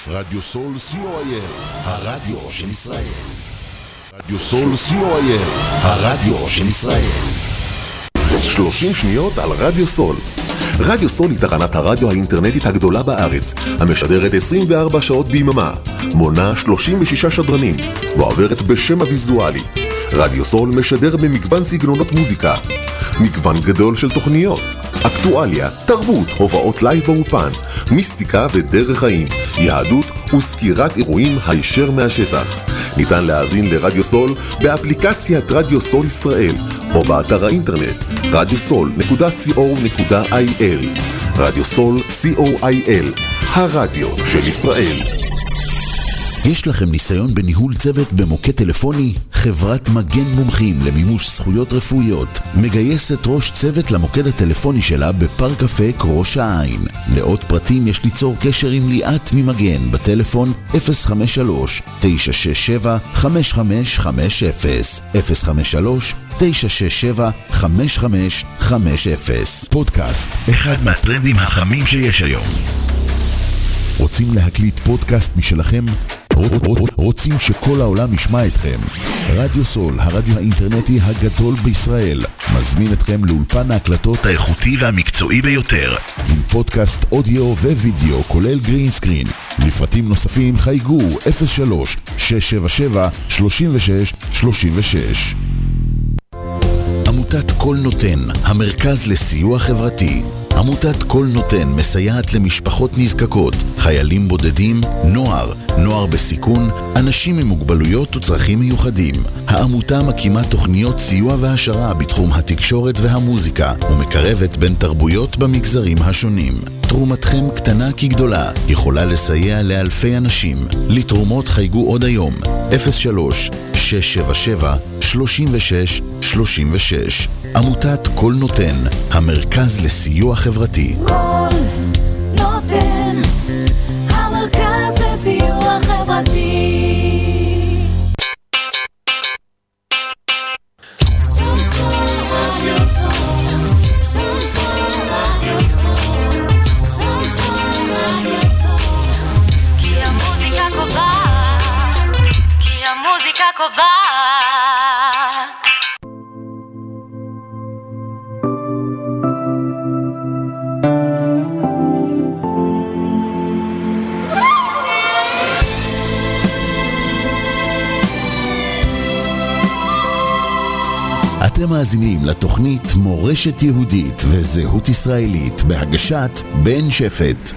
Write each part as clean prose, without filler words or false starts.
רדיו סול co.il, הרדיו של ישראל. רדיו סול co.il, הרדיו של ישראל. 30 שניות על רדיו סול. רדיו סול היא תחנת הרדיו האינטרנטית הגדולה בארץ, המשדרת 24 שעות ביממה, מונה 36 שדרנים, ועוברת בשם הוויזואלי. רדיו סול משדר במגוון סגנונות מוזיקה, מגוון גדול של תוכניות, אקטואליה, תרבות, הובאות לייב באופן, מיסטיקה ודרך חיים, יהדות וסקירת אירועים הישר מהשטח. ניתן להאזין לרדיו סול באפליקציית רדיו סול ישראל או באתר האינטרנט radiosol.co.il. רדיו סול co.il, הרדיו של ישראל. יש לכם ניסיון בניהול צוות במוקד טלפוני? חברת מגן מומחים למימוש זכויות רפואיות מגייסת ראש צוות למוקד הטלפוני שלה בפארק אפק ראש העין. לעוד פרטים יש ליצור קשר עם ליאת ממגן בטלפון 053-967-5550 053-967-5550. פודקאסט, אחד מהטרנדים החמים שיש היום. רוצים להקליט פודקאסט משלכם? רוצים שכל העולם ישמע אתכם? רדיו סול, הרדיו האינטרנטי הגדול בישראל, מזמין אתכם לאולפן ההקלטות האיכותי והמקצועי ביותר, עם פודקאסט אודיו ווידאו כולל גרין סקרין. לפרטים נוספים חייגו 03-677-3636. עמותת כל נותן, המרכז לסיוע חברתי. עמותת כל נותן מסייעת למשפחות נזקקות, חיילים בודדים, נוער בסיכון, אנשים עם מוגבלויות וצרכים מיוחדים. העמותה מקימה תוכניות סיוע והשרה בתחום התקשורת והמוזיקה, ומקרבת בין תרבויות במגזרים השונים. תרומתכם קטנה כגדולה, יכולה לסייע לאלפי אנשים. לתרומות חייגו עוד היום 03-677-3636. עמותת כל נותן, המרכז לסיוע חברתי. כל נותן, המרכז לסיוע חברתי. אתם מאזינים לתוכנית מורשת יהודית וזהות ישראלית בהגשת בן שפט.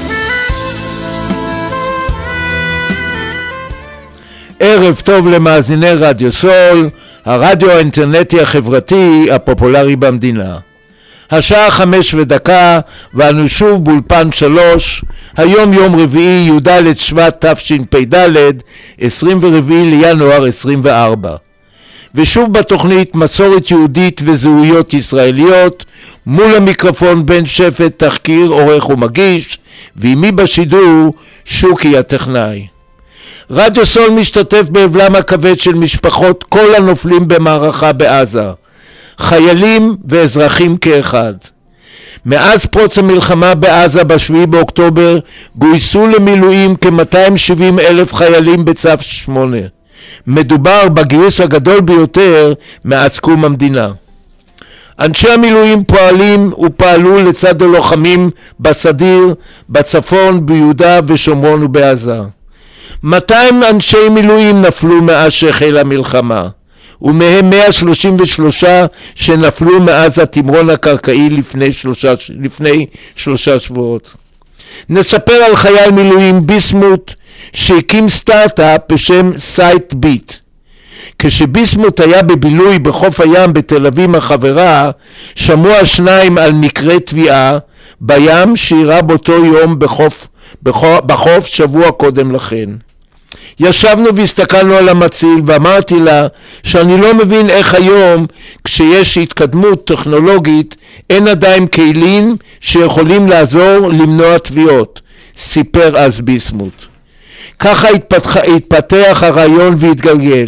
ערב טוב למאזיני רדיו סול, הרדיו האינטרנטי החברתי הפופולרי במדינה. השעה 5:01 ואנו שוב באולפן 3, היום יום רביעי י"ד שבט תשפ"ד, 24 לינואר 24. ושוב בתוכנית מסורת יהודית וזהויות ישראליות, מול המיקרופון בן שפט, תחקיר, עורך ומגיש, ועימי בשידור שוקי הטכנאי. רדיו סול משתתף באבלם הכבד של משפחות כל הנופלים במערכה בעזה, חיילים ואזרחים כאחד. מאז פרוץ המלחמה בעזה ב7 באוקטובר גויסו למילואים כ-270,000 חיילים בצו 8. מדובר בגיוס הגדול ביותר מאז קום המדינה. אנשי המילואים פועלים ופעלו לצד הלוחמים בסדיר, בצפון, ביהודה ושומרון ובעזה. 200 אנשי מילואים נפלו מאז שהחלה המלחמה, ומהם 133 שנפלו מאז התמרון הקרקעי לפני 3 שבועות. נספר על חייל מילואים ביסמוט שהקים סטארט-אפ בשם סייט ביט. כשביסמוט היה בבילוי בחוף הים בתל אביב החברה, שמעו השניים על מקרה תביעה בים שאירע באותו יום בחוף שבוע קודם לכן. ישבנו והסתכלנו על המציל ואמרתי לה שאני לא מבין איך היום כשיש התקדמות טכנולוגית אין עדיין כלים שיכולים לעזור למנוע תביעות, סיפר אז ביסמוט. ככה התפתח הרעיון והתגלגל.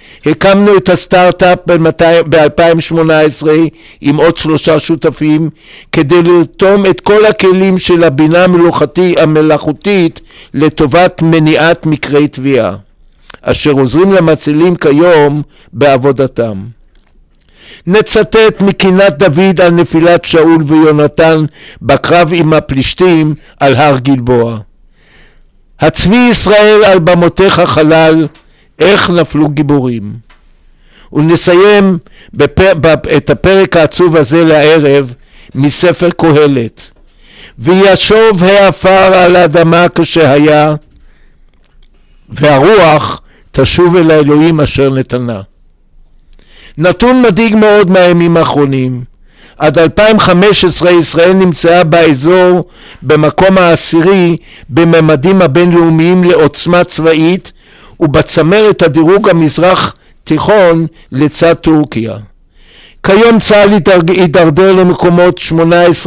הקמנו את הסטארט-אפ ב-2018 עם עוד 3 שותפים כדי לרתום את כל הכלים של הבינה המלאכותית לטובת מניעת מקרי תביעה, אשר עוזרים למצילים כיום בעבודתם. נצטט מקינת דוד על נפילת שאול ויונתן בקרב עם הפלישתים על הר גלבוע. הצבי ישראל על במותיך חלל, איך נפלו גיבורים. ונסיים את הפרק העצוב הזה לערב מספר קהלת. וישוב העפר על האדמה כשהיה, והרוח תשוב אל האלוהים אשר נתנה. נתון מדאיג מאוד מהימים האחרונים. עד 2015 ישראל נמצאה באזור במקום העשירי בממדים הבינלאומיים לעוצמה צבאית ובצמרת הדירוג המזרח תיכון לצד טורקיה. כיום צה"ל הידרדר למקומות 18-20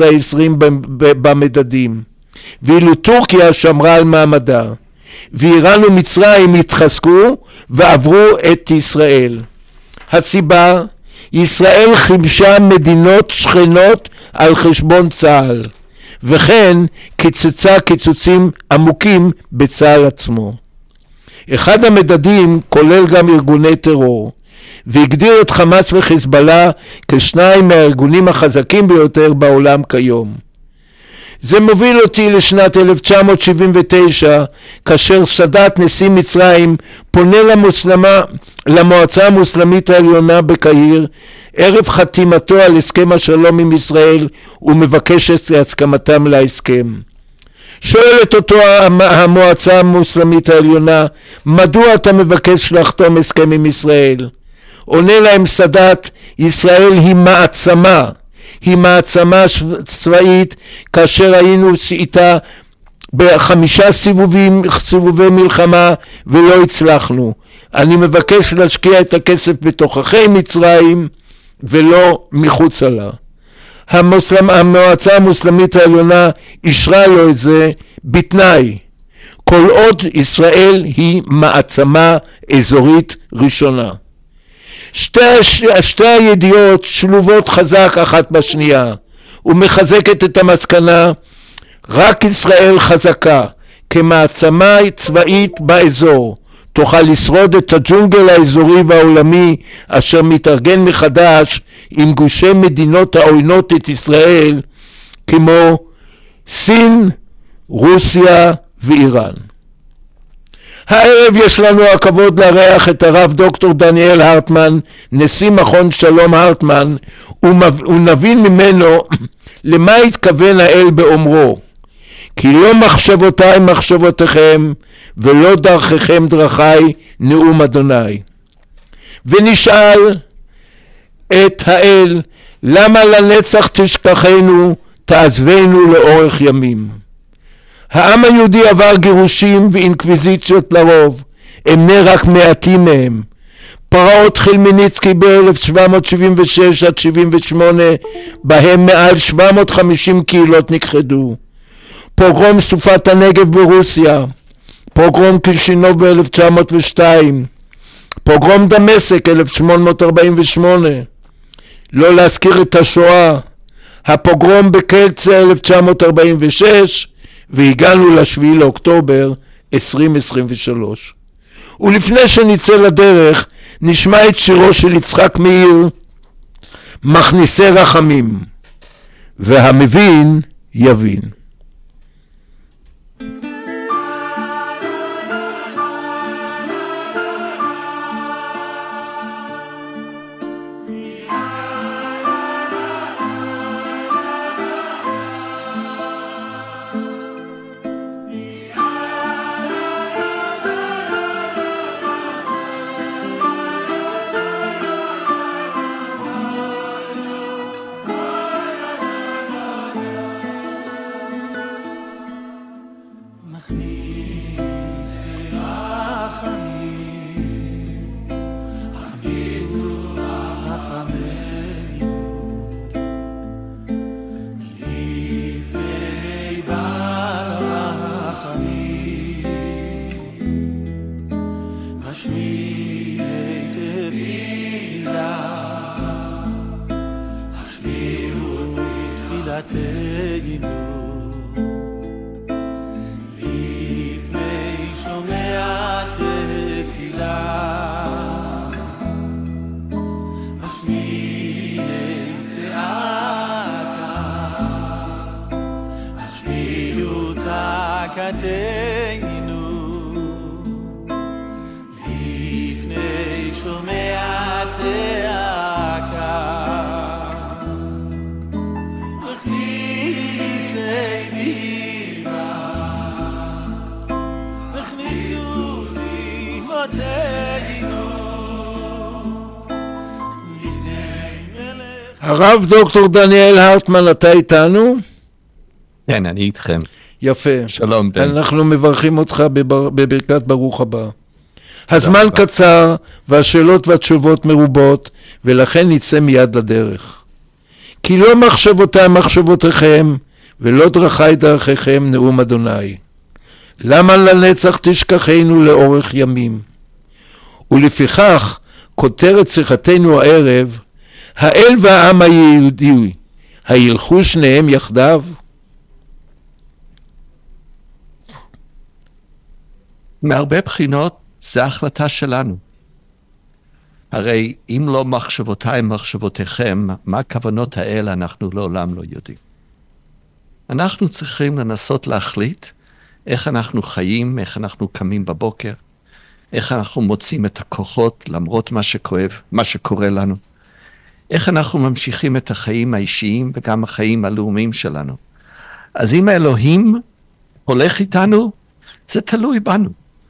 במדדים, ואילו טורקיה שמרה על מעמדה, ואיראן ומצרים התחזקו ועברו את ישראל. הסיבה, ישראל חימשה מדינות שכנות על חשבון צה"ל, וכן קיצצה קיצוצים עמוקים בצה"ל עצמו. אחד המדדים כולל גם ארגוני טרור, והגדיר את חמאס וחיזבאללה כשניים מהארגונים החזקים ביותר בעולם כיום. זה מוביל אותי לשנת 1979, כאשר סאדאת נשיא מצרים פונה למועצה המוסלמית העליונה בקהיר, ערב חתימתו על הסכם השלום עם ישראל, ומבקש את הסכמתם להסכם. שואלת אותו המועצה המוסלמית העליונה, מדוע אתה מבקש לחתום הסכם עם ישראל? עונה להם סאדאת, ישראל היא מעצמה. היא מעצמה צבאית, כאשר היינו איתה ב5 סיבובי מלחמה ולא הצלחנו. אני מבקש להשקיע את הכסף בתוככי מצרים ולא מחוצה לה. המועצה המוסלמית העליונה אישרה לו את זה בתנאי, כל עוד ישראל היא מעצמה אזורית ראשונה. שתי הידיעות שלובות חזק אחת בשנייה, ומחזקת את המסקנה, רק ישראל חזקה כמעצמה צבאית באזור תוכל לשרוד את הג'ונגל האזורי והעולמי אשר מתארגן מחדש עם גושי מדינות העוינות את ישראל כמו סין, רוסיה ואיראן. הערב יש לנו הכבוד לארח את הרב דוקטור דניאל הרטמן, נשיא מכון שלום הרטמן, ונבין ממנו למה התכוון האל באומרו, כי לא מחשבותיי מחשבותיכם ולא דרככם דרכי, נאום אדוני. ונשאל את האל, למה לנצח תשכחנו, תעזבנו לאורך ימים? העם היהודי עבר גירושים ואינקוויזיציות לרוב, אמנה רק מעטים מהם. פרעות חילמיניצקי ב-1776 עד 78, בהם מעל 750 קהילות נכחדו. פוגרום סופת הנגב ברוסיה, פוגרום קישינוב ב-1902, פוגרום דמשק 1848, לא להזכיר את השואה, הפוגרום בקלצה 1946, והגענו לשביעי לאוקטובר 2023. ולפני שנצא לדרך, נשמע את שירו של יצחק מאיר, מכניסי רחמים, והמבין יבין. Shmi תהינו לפני שומע תפילה השמיע צעקה השמיע צעקתנו לפני שומע צעקה הרב דוקטור דניאל הרטמן, אתה איתנו? כן, אני איתכם. יפה. שלום. אנחנו מברכים אותך בברכת ברוך הבא. הזמן קצר והשאלות והתשובות מרובות, ולכן נצא מיד לדרך. כי לא מחשבותיי מחשבותיכם, ולא דרכי דרכיכם נאום אדוני. למה לנצח תשכחנו לאורך ימים? ולפיכך כותרת שיחתנו הערב, האל והעם היהודי, הילכו שניהם יחדיו? מהרבה בחינות זה החלטה שלנו. הרי אם לא מחשבותיי מחשבותיכם, מה כוונות האל אנחנו לעולם לא יודעים. אנחנו צריכים לנסות להחליט איך אנחנו חיים, איך אנחנו קמים בבוקר, איך אנחנו מוצאים את הכוחות למרות מה שכואב, מה שקורה לנו. איך אנחנו ממשיכים את החיים האישיים וגם החיים הלאומיים שלנו. אז אם האלוהים הולך איתנו, זה תלוי בנו.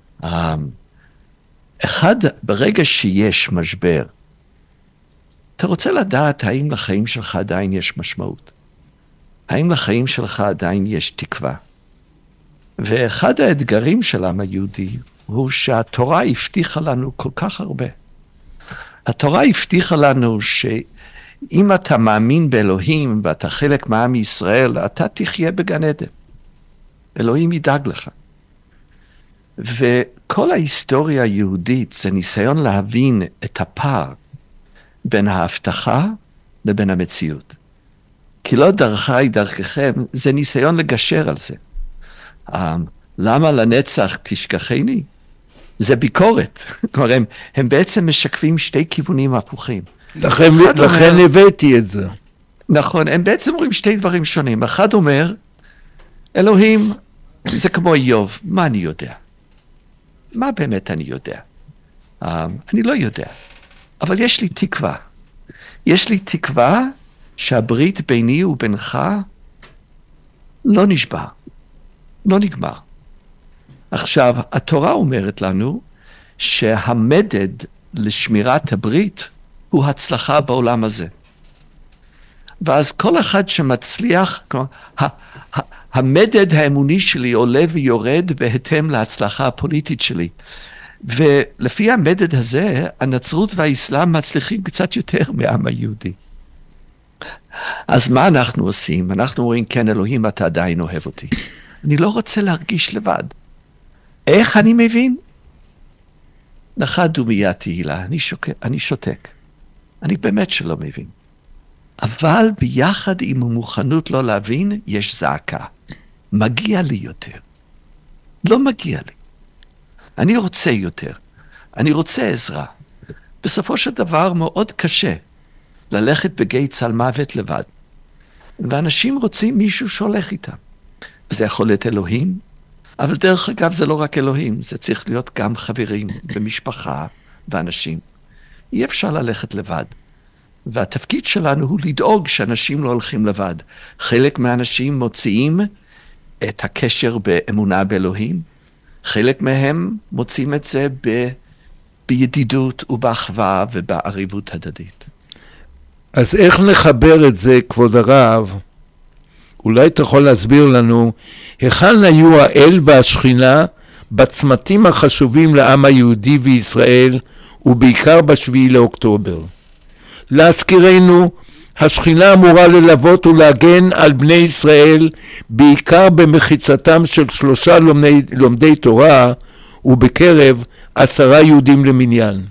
ברגע שיש משבר, אתה רוצה לדעת האם לחיים שלך עדיין יש משמעות. האם לחיים שלך עדיין יש תקווה. ואחד האתגרים של העם היהודי הוא שהתורה הבטיחה לנו כל כך הרבה. התורה הבטיחה לנו שאם אתה מאמין באלוהים ואתה חלק מעם ישראל, אתה תחיה בגן עדן. אלוהים ידאג לך. וכל ההיסטוריה היהודית זה ניסיון להבין את הפער בין ההבטחה לבין המציאות. כי לא דרכי דרככם, זה ניסיון לגשר על זה. למה לנצח תשכחני? זה כלומר, הם בעצם משקפים שתי כיוונים הפוכים. לכן הבאתי את זה. נכון, הם בעצם אומרים שתי דברים שונים. אחד אומר, אלוהים, זה כמו איוב, מה אני יודע? מה באמת אני יודע? אני לא יודע, אבל יש לי תקווה. יש לי תקווה שהברית ביני ובינך לא נשבר, לא נגמר. עכשיו, התורה אומרת לנו שהמדד לשמירת הברית הוא הצלחה בעולם הזה. ואז כל אחד שמצליח, כלומר, המדד האמוני שלי עולה ויורד בהתאם להצלחה הפוליטית שלי. ולפי המדד הזה, הנצרות והאסלאם מצליחים קצת יותר מהעם היהודי. אז מה אנחנו עושים? אנחנו אומרים, כן, אלוהים, אתה עדיין אוהב אותי. אני לא רוצה להרגיש לבד. איך אני מבין? לך דומיה תהילה, אני שותק. אני באמת שלא מבין. אבל ביחד עם המוכנות לא להבין, יש זעקה. מגיע לי יותר. לא מגיע לי. אני רוצה יותר. אני רוצה עזרה. בסופו של דבר מאוד קשה ללכת בגיא צל מוות לבד. ואנשים רוצים מישהו שהולך איתם. וזה יכול להיות אלוהים, אבל דרך אגב זה לא רק אלוהים, זה צריך להיות גם חברים במשפחה ואנשים. אי אפשר ללכת לבד. והתפקיד שלנו הוא לדאוג שאנשים לא הולכים לבד. חלק מהאנשים מוציאים את הקשר באמונה באלוהים, חלק מהם מוצאים את זה בידידות ובאחווה ובעריבות הדדית. אז איך נחבר את זה, כבוד הרב? אולי אתה יכול להסביר לנו, היכן היו האל והשכינה בצמתים החשובים לעם היהודי וישראל, ובעיקר בשביעי לאוקטובר? להזכירנו, השכינה אמורה ללוות ולהגן על בני ישראל, בעיקר במחיצתם של 3 לומדי תורה, ובקרב 10 יהודים למניין.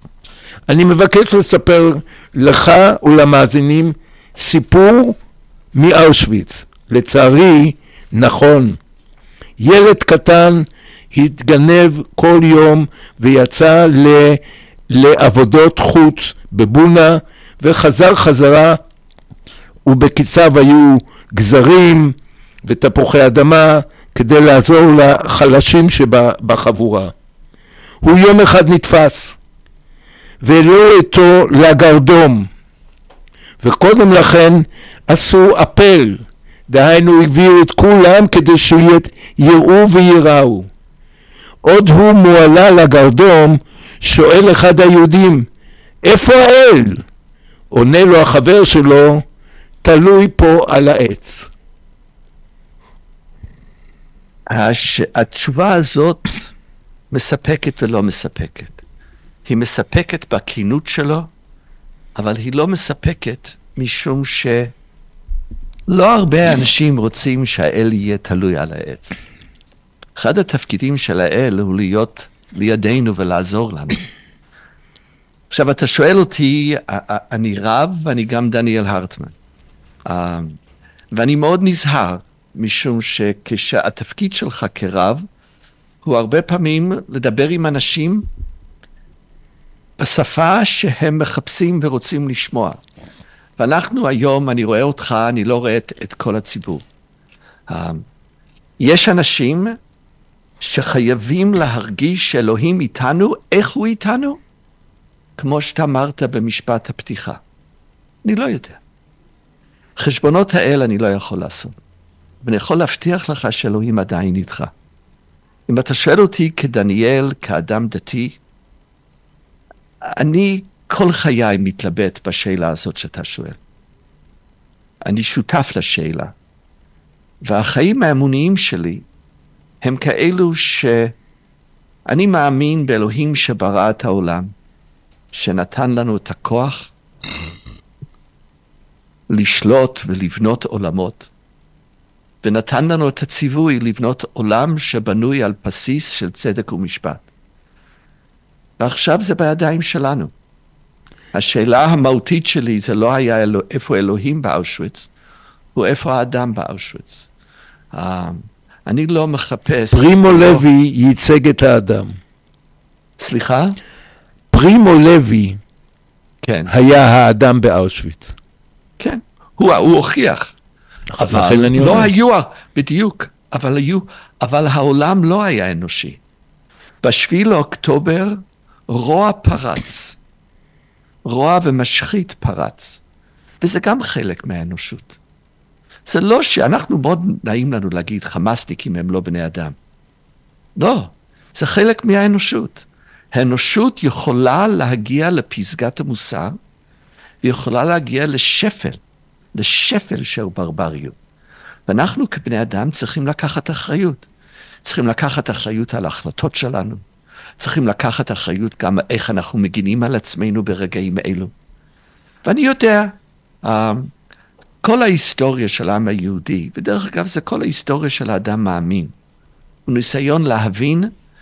אני מבקש לספר לך ולמאזינים סיפור מאושוויץ. לצערי, נכון. ילד קטן התגנב כל יום ויצא לעבודות חוץ בבונה וחזר חזרה, ובקיציו היו גזרים ותפוחי אדמה כדי לעזור לחלשים שבחבורה. הוא יום אחד נתפס והעלו אותו לגרדום, וקודם לכן עשו אפל, דהיינו הביאו את כולם כדי שיראו ויראו. עוד הוא מועלה לגרדום, שואל אחד היהודים, איפה האל? עונה לו החבר שלו, תלוי פה על העץ. התשובה הזאת מספקת ולא מספקת. היא מספקת בכנות שלו, אבל היא לא מספקת משום שלא הרבה אנשים רוצים שהאל יהיה תלוי על העץ. אחד התפקידים של האל הוא להיות לידינו ולעזור לנו. עכשיו אתה שואל אותי, אני רב ואני גם דניאל הרטמן. ואני מאוד נזהר, משום שכשהתפקיד שלך כרב, הוא הרבה פעמים לדבר עם אנשים בשפה שהם מחפשים ורוצים לשמוע. ואנחנו היום, אני רואה אותך, אני לא רואה את כל הציבור. יש אנשים שחייבים להרגיש שאלוהים איתנו, איך הוא איתנו? כמו שאתה אמרת במשפט הפתיחה. אני לא יודע. חשבונות האל אני לא יכול לעשות. ואני יכול להבטיח לך שאלוהים עדיין איתך. אם אתה שואל אותי כדניאל, כאדם דתי, אני כל חיי מתלבט בשאלה הזאת שאתה שואל. אני שותף לשאלה. והחיים האמוניים שלי הם כאלו שאני מאמין באלוהים שברא את העולם, שנתן לנו את הכוח לשלוט ולבנות עולמות, ונתן לנו את הציווי לבנות עולם שבנוי על בסיס של צדק ומשפט. ועכשיו זה בידיים שלנו. השאלה המהותית שלי זה לא היה איפה אלוהים באושוויץ, הוא איפה האדם באושוויץ. אני לא מחפש... פרימו לוי ייצג את האדם. סליחה? פרימו לוי כן. היה האדם באושוויץ. כן, הוא הוכיח. אבל לא היו, בדיוק, אבל העולם לא היה אנושי. ב7 לאוקטובר רוע פרץ, רוע ומשחית פרץ, וזה גם חלק מהאנושות. זה לא שאנחנו מאוד נעים לנו להגיד חמאסניקים הם לא בני אדם. לא, זה חלק מהאנושות. האנושות יכולה להגיע לפסגת המוסר, ויכולה להגיע לשפל של ברבריות. ואנחנו כבני אדם צריכים לקחת אחריות. צריכים לקחת אחריות על ההחלטות שלנו. צריכים לקחת אחריות גם איך אנחנו מגינים על עצמנו ברגעים אלו. ואני יודע, כל ההיסטוריה של העם היהודי, ודרך אגב זה כל ההיסטוריה של האדם מאמין, הוא ניסיון להבין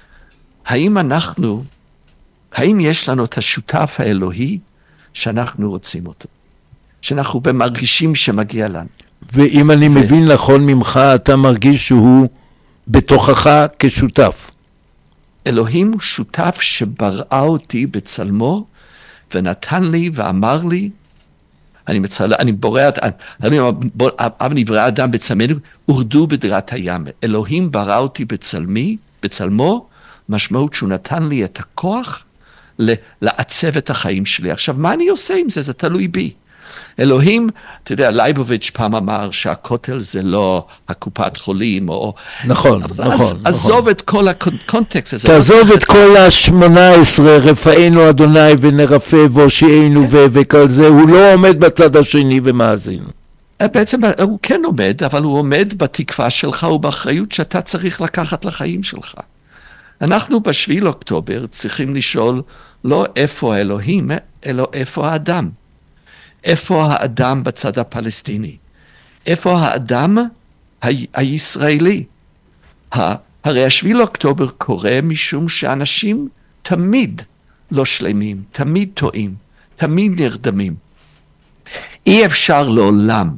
האם יש לנו את השותף האלוהי שאנחנו רוצים אותו. שאנחנו מרגישים שמגיע לנו. ואם אני מבין נכון ממך, אתה מרגיש שהוא בתוכך כשותף. אלוהים הוא שותף שברא אותי בצלמו, ונתן לי ואמר לי, אני בורא, אבל נברא אדם בצלמנו, הורדו בדירת הים. אלוהים ברא אותי בצלמו, משמעות שהוא נתן לי את הכוח לעצב את החיים שלי. עכשיו, מה אני עושה עם זה? זה תלוי בי. אלוהים, אתה יודע, לייבוביץ' פעם אמר שהכותל זה לא הקופת חולים, או... נכון. עזוב את כל הקונטקסט הזה. תעזוב את כל ה-18, רפאנו אדוני ונרפא והושיענו וכל זה, הוא לא עומד בצד השני ומאזין. בעצם הוא כן עומד, אבל הוא עומד בתקווה שלך ובאחריות שאתה צריך לקחת לחיים שלך. אנחנו ב7 לאוקטובר צריכים לשאול לא איפה האלוהים, אלא איפה האדם. איפה האדם בצד הפלסטיני? איפה האדם הישראלי? הרי 7 לאוקטובר קורה משום שאנשים תמיד לא שלמים, תמיד טועים, תמיד נרדמים. אי אפשר לעולם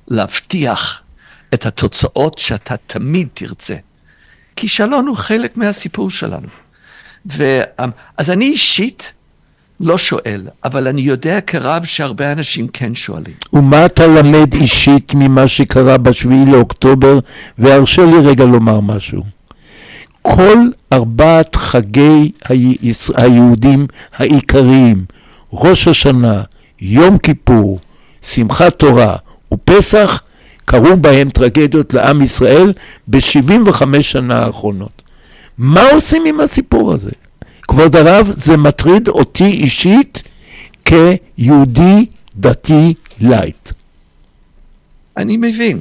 להבטיח את התוצאות שאתה תמיד תרצה. כישלון הוא חלק מהסיפור שלנו. אז אני אישית לא שואל, אבל אני יודע כרב שהרבה אנשים כן שואלים. ומה אתה למד אישית ממה שקרה בשביעי לאוקטובר, והרשה לי רגע לומר משהו. כל 4 חגי היהודים העיקריים, ראש השנה, יום כיפור, שמחת תורה ופסח, קרו בהם טרגדיות לעם ישראל ב-75 שנה האחרונות. מה עושים עם הסיפור הזה? כבוד הרב, זה מטריד אותי אישית כיהודי דתי לייט. אני מבין.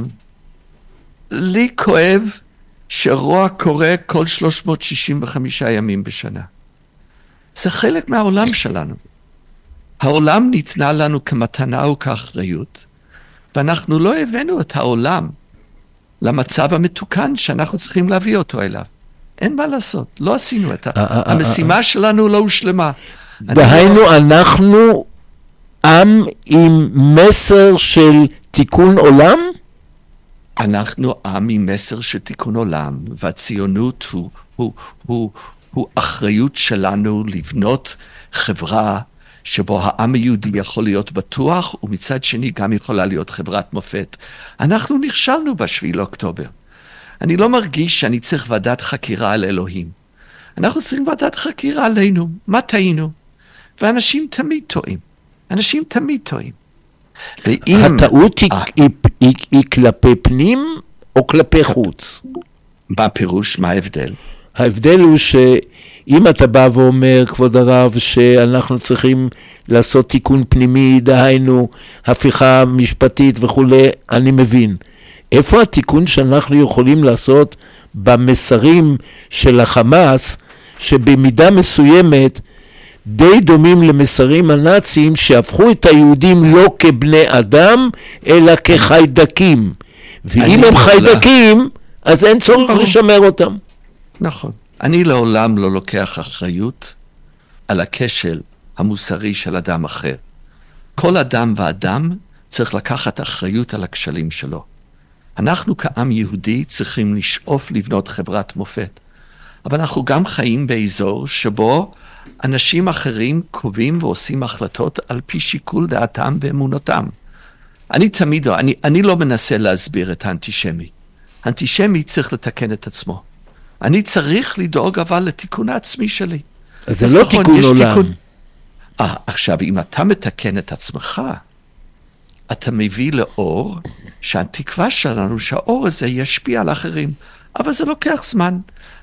לי כואב שרוע קורה כל 365 ימים בשנה. זה חלק מהעולם שלנו. העולם ניתנה לנו כמתנה וכאחריות, ואנחנו לא הבאנו את העולם למצב המתוקן שאנחנו צריכים להביא אותו אליו. אין מה לעשות, לא עשינו את המשימה שלנו לא הושלמה. דהיינו, אנחנו עם עם מסר של תיקון עולם? אנחנו עם עם מסר של תיקון עולם, והציונות הוא אחריות שלנו לבנות חברה שבו העם היהודי יכול להיות בטוח, ומצד שני גם יכולה להיות חברת מופת. אנחנו נכשלנו ב7 לאוקטובר. אני לא מרגיש שאני צריך ועדת חקירה על אלוהים. אנחנו צריכים ועדת חקירה עלינו, מה טעינו? ואנשים תמיד טועים. אנשים תמיד טועים. הטעות היא כלפי פנים או כלפי חוץ? מה פירוש? מה ההבדל? ההבדל הוא שאם אתה בא ואומר, כבוד הרב, שאנחנו צריכים לעשות תיקון פנימי, דהיינו, הפיכה משפטית וכו', אני מבין. איפה התיקון שאנחנו יכולים לעשות במסרים של החמאס, שבמידה מסוימת די דומים למסרים הנאציים, שהפכו את היהודים לא כבני אדם, אלא כחיידקים. ואם הם חיידקים, אז אין צורך לשמר אותם. נכון. אני לעולם לא לוקח אחריות על הכשל המוסרי של אדם אחר. כל אדם ואדם צריך לקחת אחריות על הכשלים שלו. אנחנו כעם יהודי צריכים לשאוף לבנות חברת מופת. אבל אנחנו גם חיים באזור שבו אנשים אחרים קובעים ועושים החלטות על פי שיקול דעתם ואמונתם. אני לא מנסה להסביר את האנטישמי. האנטישמי צריך לתקן את עצמו. אני צריך לדאוג אבל לתיקון העצמי שלי. אז זה לא נכון, תיקון עולם. עכשיו, אם אתה מתקן את עצמך, אתה מביא לאור שהתקווה שלנו, שהאור הזה ישפיע על אחרים. אבל זה לוקח זמן,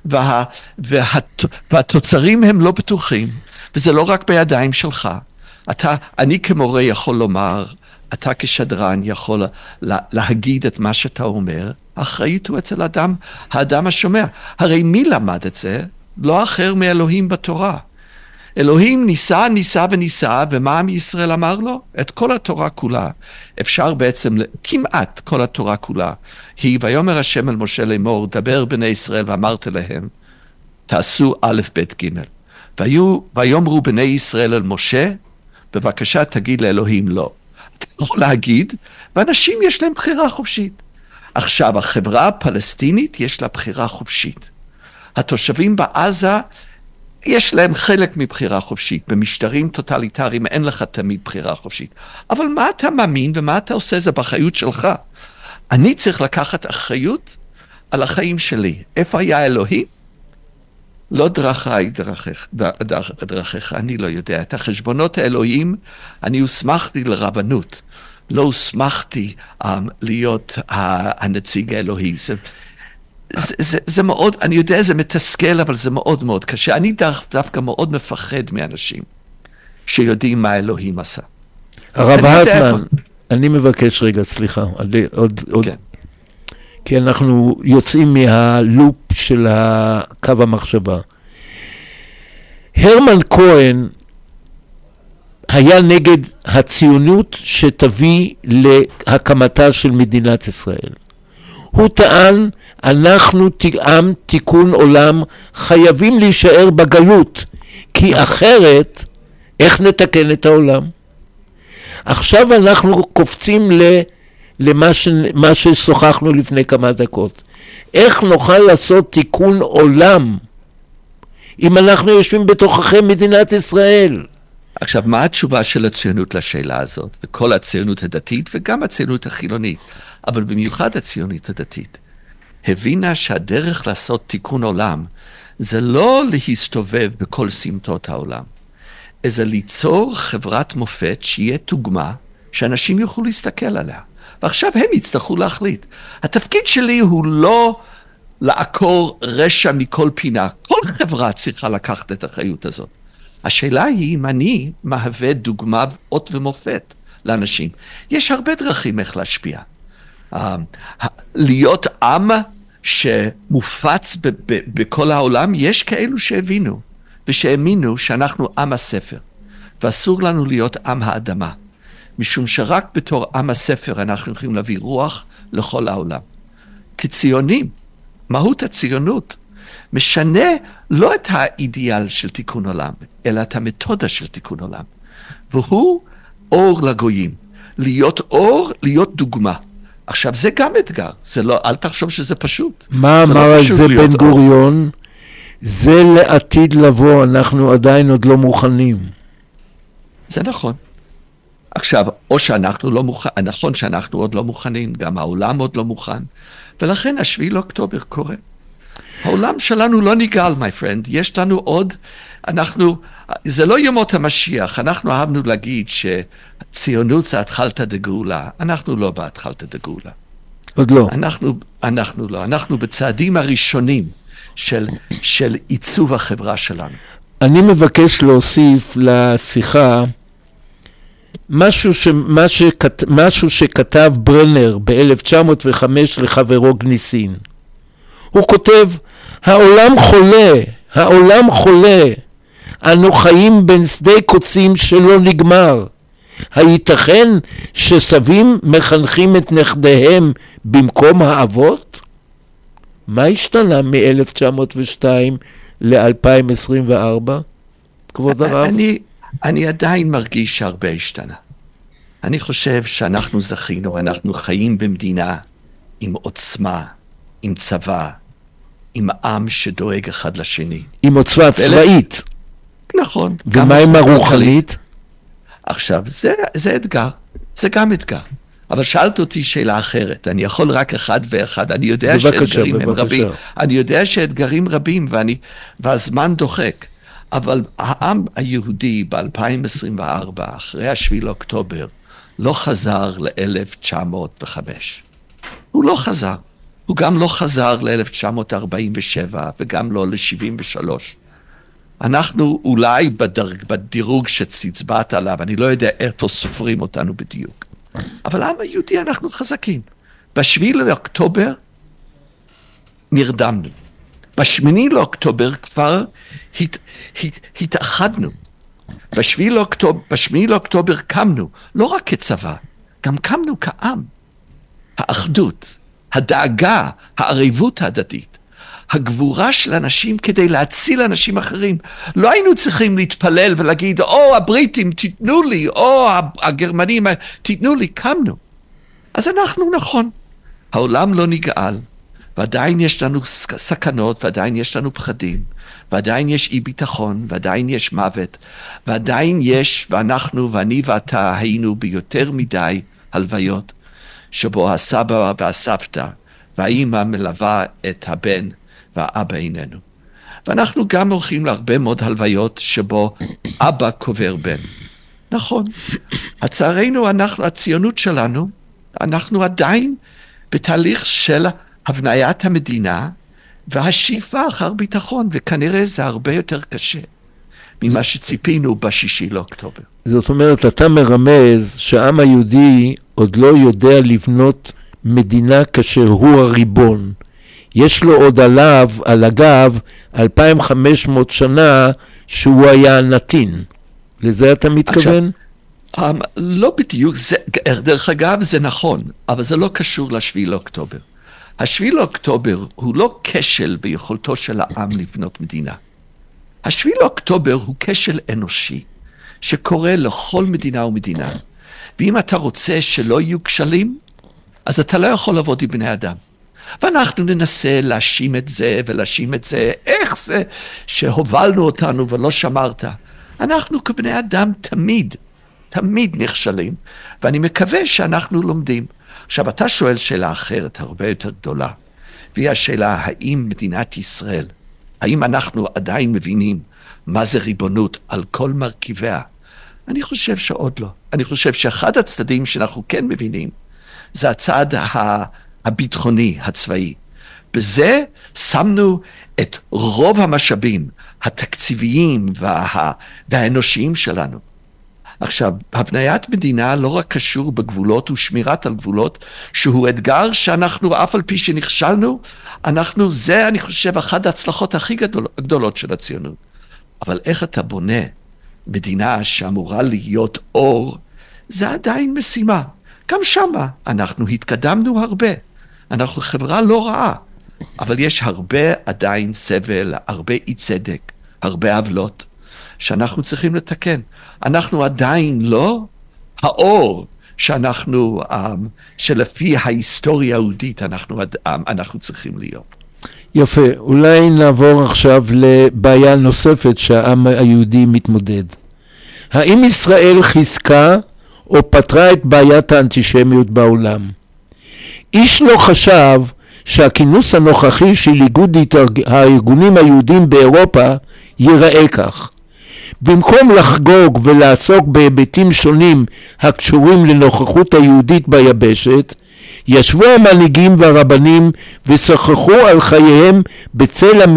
והתוצרים הם לא בטוחים, וזה לא רק בידיים שלך. אני כמורה יכול לומר, אתה כשדרן יכול להגיד את מה שאתה אומר, האחריות הוא אצל האדם השומע. הרי מי למד את זה? לא אחר מאלוהים בתורה. אלוהים ניסה וניסה, ומה עם ישראל אמר לו? את כל התורה כולה. אפשר בעצם, כמעט כל התורה כולה. היא, ויאמר השם אל משה לאמור, דבר בני ישראל ואמרת להם, תעשו א' ב' ג'. ויאמרו בני ישראל אל משה, בבקשה תגיד לאלוהים לא. אתה יכול להגיד, ואנשים יש להם בחירה חופשית. עכשיו, החברה הפלסטינית יש לה בחירה חופשית. התושבים בעזה, יש להם חלק מבחירה חופשית. במשטרים טוטליטריים אין לך תמיד בחירה חופשית. אבל מה אתה מאמין ומה אתה עושה זה באחריות שלך? אני צריך לקחת אחריות על החיים שלי. איפה היה אלוהים? לא דרכי דרכך, אני לא יודע. את החשבונות האלוהים, אני הוסמכתי לרבנות. לא הוסמכתי להיות הנציג האלוהי. זה מאוד, אני יודע, זה מתסכל, אבל זה מאוד מאוד קשה. אני דווקא מאוד מפחד מאנשים שיודעים מה אלוהים עשה. הרב הרטמן, אני מבקש רגע, סליחה, עוד, כי אנחנו יוצאים מהלופ של קו המחשבה. הרמן כהן היה נגד הציונות שתביא להקמתה של מדינת ישראל. הוא טען, אנחנו עם תיקון עולם חייבים להישאר בגלות, כי אחרת, איך נתקן את העולם? עכשיו אנחנו קופצים מה ששוחחנו לפני כמה דקות. איך נוכל לעשות תיקון עולם אם אנחנו יושבים בתוככי מדינת ישראל? עכשיו, מה התשובה של הציונות לשאלה הזאת? וכל הציונות הדתית וגם הציונות החילונית, אבל במיוחד הציונות הדתית, הבינה שהדרך לעשות תיקון עולם זה לא להסתובב בכל סמטות העולם, אלא ליצור חברת מופת שיהיה דוגמה שאנשים יוכלו להסתכל עליה. ועכשיו הם יצטרכו להחליט. התפקיד שלי הוא לא לעקור רשע מכל פינה. כל חברה צריכה לקחת את האחריות הזאת. השאלה היא אם אני מהווה דוגמה אות ומופת לאנשים. יש הרבה דרכים איך להשפיע. להיות עם שמופץ בכל העולם, יש כאלו שהבינו ושהאמינו שאנחנו עם הספר, ואסור לנו להיות עם האדמה, משום שרק בתור עם הספר אנחנו יכולים להביא רוח לכל העולם. כציונים, מהות הציונות משנה לא את האידיאל של תיקון עולם, אלא את המתודה של תיקון עולם. והוא אור לגויים. להיות אור, להיות דוגמה. עכשיו, זה גם אתגר. זה לא, אל תחשוב שזה פשוט. מה אמר על זה בן גוריון? זה לעתיד לבוא, אנחנו עדיין עוד לא מוכנים. זה נכון. עכשיו, או שאנחנו לא מוכנים, נכון שאנחנו עוד לא מוכנים, גם העולם עוד לא מוכן, ולכן 7 לאוקטובר קורה. העולם שלנו לא נגאל, my friend, יש לנו עוד, זה לא ימות המשיח, אנחנו אהבנו להגיד שציונות זה התחלת דגאולה, אנחנו לא בהתחלת דגאולה. עוד לא. אנחנו לא, אנחנו בצעדים הראשונים של עיצוב החברה שלנו. אני מבקש להוסיף לשיחה משהו שכתב ברנר ב-1905 לחברו גניסין. הוא כותב, העולם חולה, אנו חיים בין שדה קוצים שלא נגמר. הייתכן שסבים מחנכים את נכדיהם במקום האבות? מה השתנה מ-1902 ל-2024, כבוד הרב? אני עדיין מרגיש שהרבה השתנה. אני חושב שאנחנו זכינו, אנחנו חיים במדינה עם עוצמה, עם צבא, עם עם שדואג אחד לשני. עם עוצמה צבאית. נכון. ומה עם הרוחנית? עכשיו, זה אתגר, זה גם אתגר. אבל שאלת אותי שאלה אחרת, אני יכול רק אחד ואחד, אני יודע שאתגרים הם רבים, אני יודע שאתגרים רבים והזמן דוחק, אבל העם היהודי ב-2024, אחרי 7 לאוקטובר, לא חזר ל-1905. הוא לא חזר. הוא גם לא חזר ל-1947 וגם לא ל-73. אנחנו אולי בדירוג שצבעת עליו, אני לא יודע איך סופרים אותנו בדיוק. אבל העם היהודי אנחנו חזקים. ב-7 לאוקטובר נרדמנו. ב-8 לאוקטובר כבר התאחדנו. ב-8 לאוקטובר קמנו, לא רק כצבא, גם קמנו כעם. האחדות, הדאגה, הערבות ההדדית, הגבורה של אנשים כדי להציל אנשים אחרים. לא היינו צריכים להתפלל ולהגיד, הבריטים תיתנו לי, הגרמנים תיתנו לי, קמנו. אז אנחנו נכון. העולם לא נגאל, ועדיין יש לנו סכנות, ועדיין יש לנו פחדים, ועדיין יש אי ביטחון, ועדיין יש מוות, ועדיין יש, ואני ואתה היינו ביותר מדי הלוויות, שבו הסבא והסבתא והאימא מלווה את הבן והאבא איננו. ואנחנו גם הולכים להרבה מאוד הלוויות שבו אבא קובר בן. נכון, הצערנו, הציונות שלנו, אנחנו עדיין בתהליך של הבניית המדינה והשאיפה אחר ביטחון, וכנראה זה הרבה יותר קשה ממה שציפינו ב6 לאוקטובר. זאת אומרת, אתה מרמז שהעם היהודי עוד לא יודע לבנות מדינה כאשר הוא הריבון. יש לו עוד עליו, על הגב, 2,500 שנה שהוא היה נתין. לזה אתה מתכוון? לא בדיוק, דרך אגב זה נכון, אבל זה לא קשור ל7 לאוקטובר. 7 לאוקטובר הוא לא כשל ביכולתו של העם לבנות מדינה. 7 לאוקטובר הוא כשל אנושי, שקורה לכל מדינה ומדינה. ואם אתה רוצה שלא יהיו כשלים, אז אתה לא יכול לעבוד עם בני אדם. ואנחנו ננסה להאשים את זה ולהאשים את זה, איך זה שהובלנו אותנו ולא שמרת. אנחנו כבני אדם תמיד נכשלים, ואני מקווה שאנחנו לומדים. עכשיו, אתה שואל שאלה אחרת, הרבה יותר גדולה, והיא השאלה, האם מדינת ישראל, האם אנחנו עדיין מבינים מה זה ריבונות על כל מרכיביה? אני חושב שעוד לא. אני חושב שאחד הצדדים שאנחנו כן מבינים, זה הצד הביטחוני, הצבאי. בזה שמנו את רוב המשאבים, התקציביים והאנושיים שלנו. עכשיו, הבניית מדינה לא רק קשור בגבולות ושמירת על גבולות, שהוא אתגר שאנחנו, אף על פי שנכשלנו, זה אני חושב אחת ההצלחות הכי גדולות של הציונות. אבל איך אתה בונה מדינה שאמורה להיות אור, זה עדיין משימה. גם שמה אנחנו התקדמנו הרבה. אנחנו חברה לא רעה, אבל יש הרבה עדיין סבל, הרבה אי צדק, הרבה עוולות, שאנחנו צריכים לתקן. אנחנו עדיין לא האור שלפי ההיסטוריה היהודית אנחנו צריכים להיות. יפה, אולי נעבור עכשיו לבעיה נוספת שהעם היהודי מתמודד. האם ישראל חיזקה או פתרה את בעיית האנטישמיות בעולם? איש לא חשב שהכינוס הנוכחי של איגוד הארגונים היהודים באירופה ייראה כך. במקום לחגוג ולעסוק בהיבטים שונים הקשורים לנוכחות היהודית ביבשת, ישבו המנהיגים והרבנים ושוחחו על חייהם בצל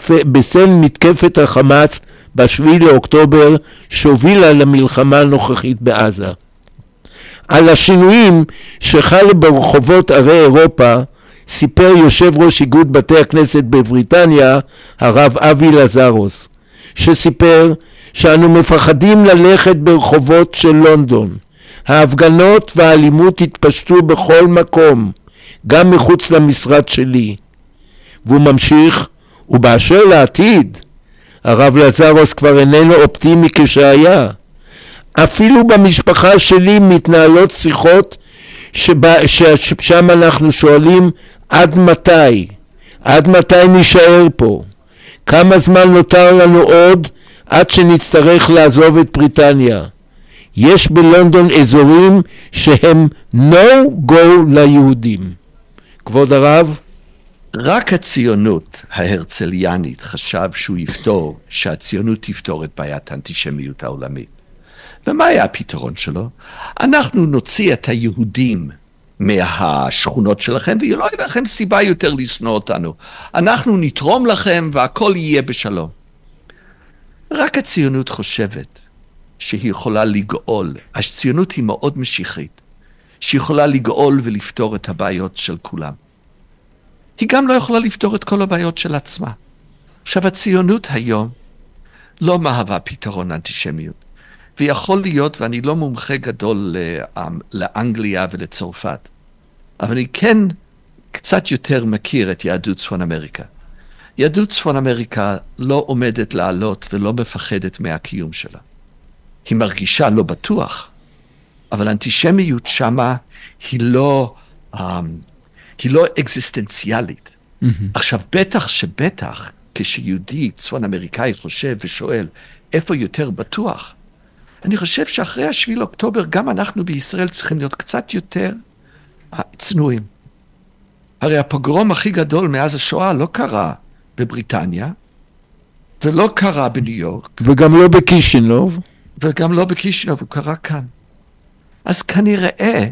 מתקפת החמאס ב7 לאוקטובר שהובילה למלחמה הנוכחית בעזה. על השינויים שחלו ברחובות ערי אירופה סיפר יושב ראש איגוד בתי הכנסת בבריטניה, הרב אבי לזרוס, שסיפר שאנו מפחדים ללכת ברחובות של לונדון. ההפגנות והאלימות התפשטו בכל מקום, גם מחוץ למשרד שלי. והוא ממשיך, ובאשר לעתיד, הרב לזרוס כבר איננו אופטימי כשהיה. אפילו במשפחה שלי מתנהלות שיחות ששם אנחנו שואלים עד מתי? עד מתי נשאר פה? כמה זמן נותר לנו עוד עד שנצטרך לעזוב את בריטניה? יש בלונדון אזורים שהם no go ליהודים. כבוד הרב? רק הציונות ההרצליאנית חשב שהציונות תפתור את בעיית האנטישמיות העולמית. ומה היה הפתרון שלו? אנחנו נוציא את היהודים מהשכונות שלכם, ולא יהיה לכם סיבה יותר לשנוא אותנו. אנחנו נתרום לכם והכל יהיה בשלום. רק הציונות חושבת שהיא יכולה לגאול. הציונות היא מאוד משיחית, שהיא יכולה לגאול ולפתור את הבעיות של כולם. היא גם לא יכולה לפתור את כל הבעיות של עצמה. עכשיו, הציונות היום לא מהווה פתרון אנטישמיות. ויכול להיות, ואני לא מומחה גדול לאנגליה ולצרפת, אבל אני כן קצת יותר מכיר את יהדות צפון אמריקה. יהדות צפון אמריקה לא עומדת לעלות ולא מפחדת מהקיום שלה. היא מרגישה לא בטוח, אבל האנטישמיות שמה היא לא אקזיסטנציאלית. עכשיו, בטח כשיהודי צפון אמריקאי חושב ושואל איפה יותר בטוח, אני חושב שאחרי 7 לאוקטובר גם אנחנו בישראל צריכים להיות קצת יותר צנועים. הרי הפוגרום הכי גדול מאז השואה לא קרה בבריטניה, ולא קרה בניו יורק. וגם לא בקישינוב. הוא קרה כאן. אז כנראה,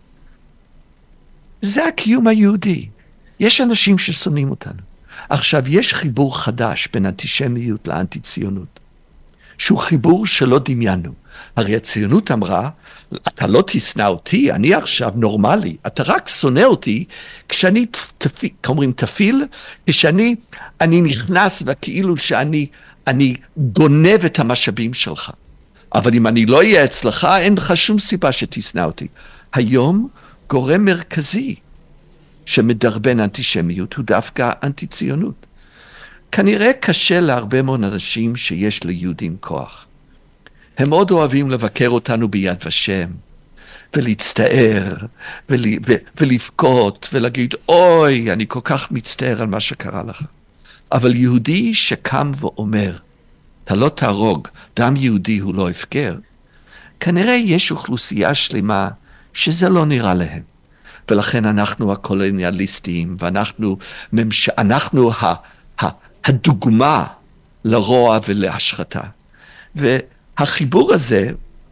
זה הקיום היהודי. יש אנשים ששונאים אותנו. עכשיו, יש חיבור חדש בין אנטישמיות לאנטי-ציונות, שהוא חיבור שלא דמיינו. הרי הציונות אמרה, אתה לא תשנא אותי, אני עכשיו נורמלי, אתה רק שונא אותי כשאני תפיל, כשאני נכנס וכאילו שאני גונב את המשאבים שלך. אבל אם אני לא אהיה אצלך, אין לך שום סיבה שתשנא אותי. היום גורם מרכזי שמדרבן אנטישמיות הוא דווקא אנטי-ציונות. כנראה קשה להרבה מאוד אנשים שיש ליהודים כוח. הם מאוד אוהבים לבקר אותנו ביד ושם, ולהצטער, ולבכות, ולהגיד, אוי, אני כל כך מצטער על מה שקרה לך. אבל יהודי שקם ואומר, אתה לא תהרוג, דם יהודי הוא לא הפקר, כנראה יש אוכלוסייה שלמה שזה לא נראה להם. ולכן אנחנו הקולוניאליסטים, ואנחנו הדוגמה לרוע ולהשחתה. והחיבור הזה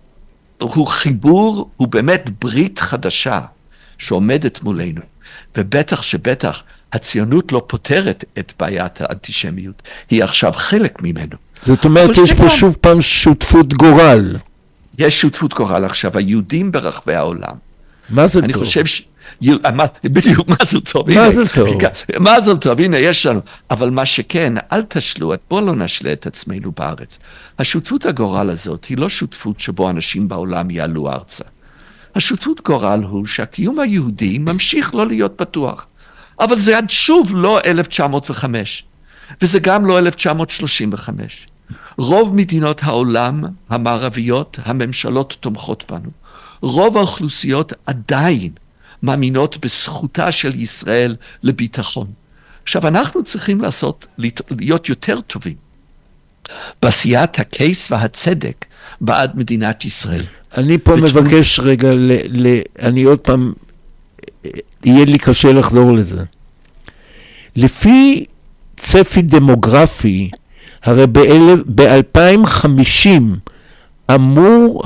הוא באמת ברית חדשה שעומדת מולנו, ובטח שבטח הציונות לא פותרת את בעיית האנטישמיות, היא עכשיו חלק ממנו. זאת אומרת, יש פה שוב פעם שותפות גורל. יש שותפות גורל עכשיו, היהודים ברחבי העולם. מה זה טוב? אני חושב בדיוק, מה זה טוב? מה זה טוב? הנה, יש לנו. אבל מה שכן, אל תשלו, בואו לא נשלה את עצמנו בארץ. השותפות הגורל הזאת היא לא שותפות שבו אנשים בעולם יעלו ארצה. השותפות גורל הוא שהקיום היהודי ממשיך לא להיות פתוח. אבל זה עד שוב לא 1905, וזה גם לא 1935. רוב מדינות העולם המערביות, הממשלות תומכות בנו. רוב האוכלוסיות עדיין מאמינות בזכותה של ישראל לביטחון. עכשיו, אנחנו צריכים להיות יותר טובים בעשיית הקייס והצדק בעד מדינת ישראל. אני פה מבקש רגע, אני עוד פעם, יהיה לי קשה לחזור לזה. לפי צפי דמוגרפי, הרי ב-2050 אמור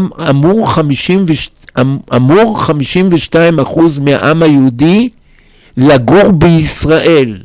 52% מהעם היהודי לגור בישראל.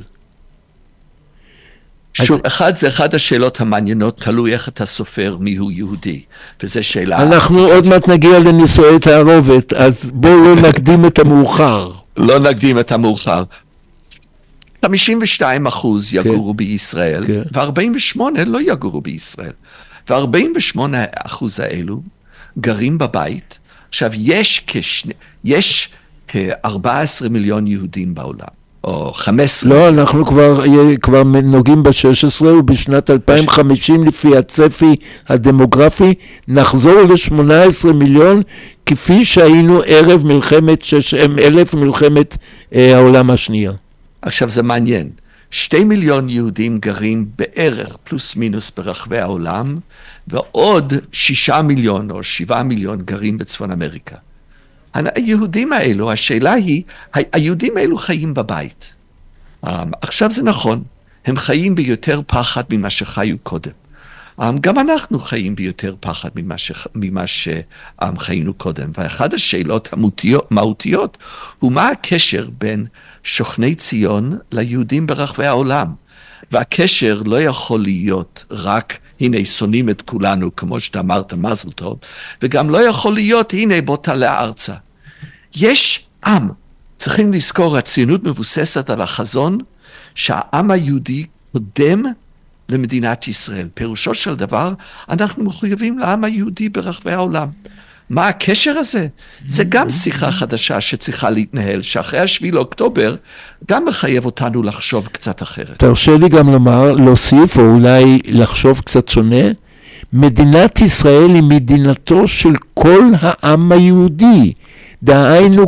שוב, זה אחד השאלות המעניינות, תלוי איך אתה סופר מיהו יהודי, וזו שאלה... אנחנו עוד מעט נגיע לנישואי תערובת, אז בואו לא נקדים את המאוחר. לא נקדים את המאוחר. 52% יגורו בישראל, ו-48% לא יגורו בישראל. ו-48% האלו גרים בבית. עכשיו, יש כ-14 מיליון יהודים בעולם, או 15. לא, אנחנו כבר נוגעים ב-16, ובשנת 2050, לפי הצפי הדמוגרפי, נחזור ל-18 מיליון, כפי שהיינו ערב מלחמת 6,000, מלחמת העולם השנייה. עכשיו, זה מעניין. 2 מיליון יהודים גרים בערך פלוס מינוס ברחבי העולם, ועוד 6 מיליון או 7 מיליון גרים בצפון אמריקה. היהודים האלו, השאלה היא, היהודים האלו חיים בבית. עכשיו זה נכון, הם חיים ביותר פחד ממה שחיו קודם. גם אנחנו חיים ביותר פחד ממה שחיינו קודם. ואחת השאלות המהותיות הוא מה הקשר בין שוכני ציון ליהודים ברחבי העולם. והקשר לא יכול להיות רק, הנה, שונאים את כולנו, כמו שאתה אמרת, מזל טוב, וגם לא יכול להיות, הנה, בוא תעלה ארצה. יש עם, צריכים לזכור, הציונות מבוססת על החזון, שהעם היהודי קודם למדינת ישראל. פירושו של דבר, אנחנו מחויבים לעם היהודי ברחבי העולם. מה הקשר הזה? זה גם שיחה חדשה שצריכה להתנהל, שאחרי 7 לאוקטובר גם מחייב אותנו לחשוב קצת אחרת. תרשה לי גם לומר, להוסיף או אולי לחשוב קצת שונה, מדינת ישראל היא מדינתו של כל העם היהודי. דהיינו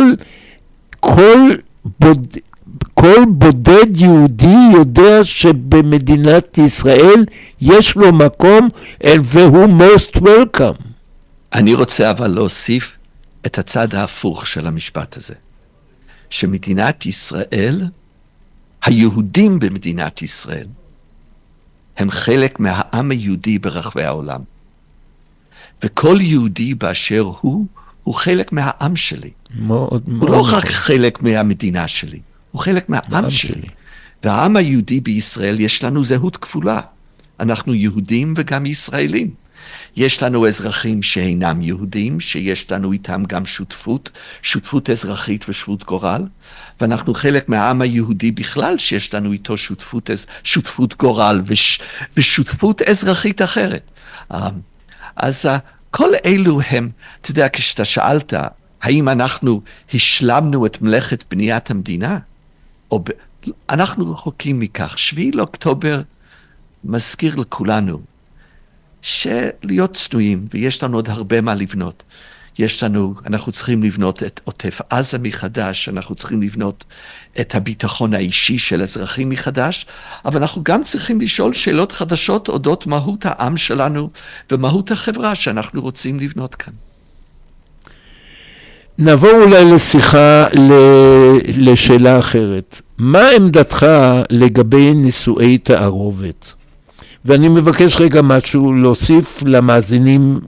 כל בודד יהודי יודע שבמדינת ישראל יש לו מקום והוא most welcome. אני רוצה אבל להוסיף את הצד ההפוך של המשפט הזה. שמדינת ישראל, היהודים במדינת ישראל, הם חלק מהעם היהודי ברחבי העולם. וכל יהודי באשר הוא חלק מהעם שלי. הוא לא רק חלק מהמדינה שלי, הוא חלק מהעם שלי. והעם היהודי בישראל יש לנו זהות כפולה. אנחנו יהודים וגם ישראלים. יש לנו אזרחים שאינם יהודים, שיש לנו איתם גם שותפות אזרחית ושותפות גורל, ואנחנו חלק מהעם היהודי בכלל, שיש לנו איתו שותפות גורל ושותפות אזרחית אחרת. אז כל אלו הם, אתה יודע, כשאתה שאלת, האם אנחנו השלמנו את מלאכת בניית המדינה? אנחנו רחוקים מכך. 7 לאוקטובר מזכיר לכולנו, שלהיות צנועים, ויש לנו עוד הרבה מה לבנות. אנחנו צריכים לבנות את עוטף עזה מחדש, אנחנו צריכים לבנות את הביטחון האישי של אזרחים מחדש, אבל אנחנו גם צריכים לשאול שאלות חדשות אודות מהות העם שלנו ומהות החברה שאנחנו רוצים לבנות כאן. נעבור אולי לשיחה לשאלה אחרת. מה עמדתך לגבי נישואי תערובת? ואני מבקש רגע משהו להוסיף למאזינים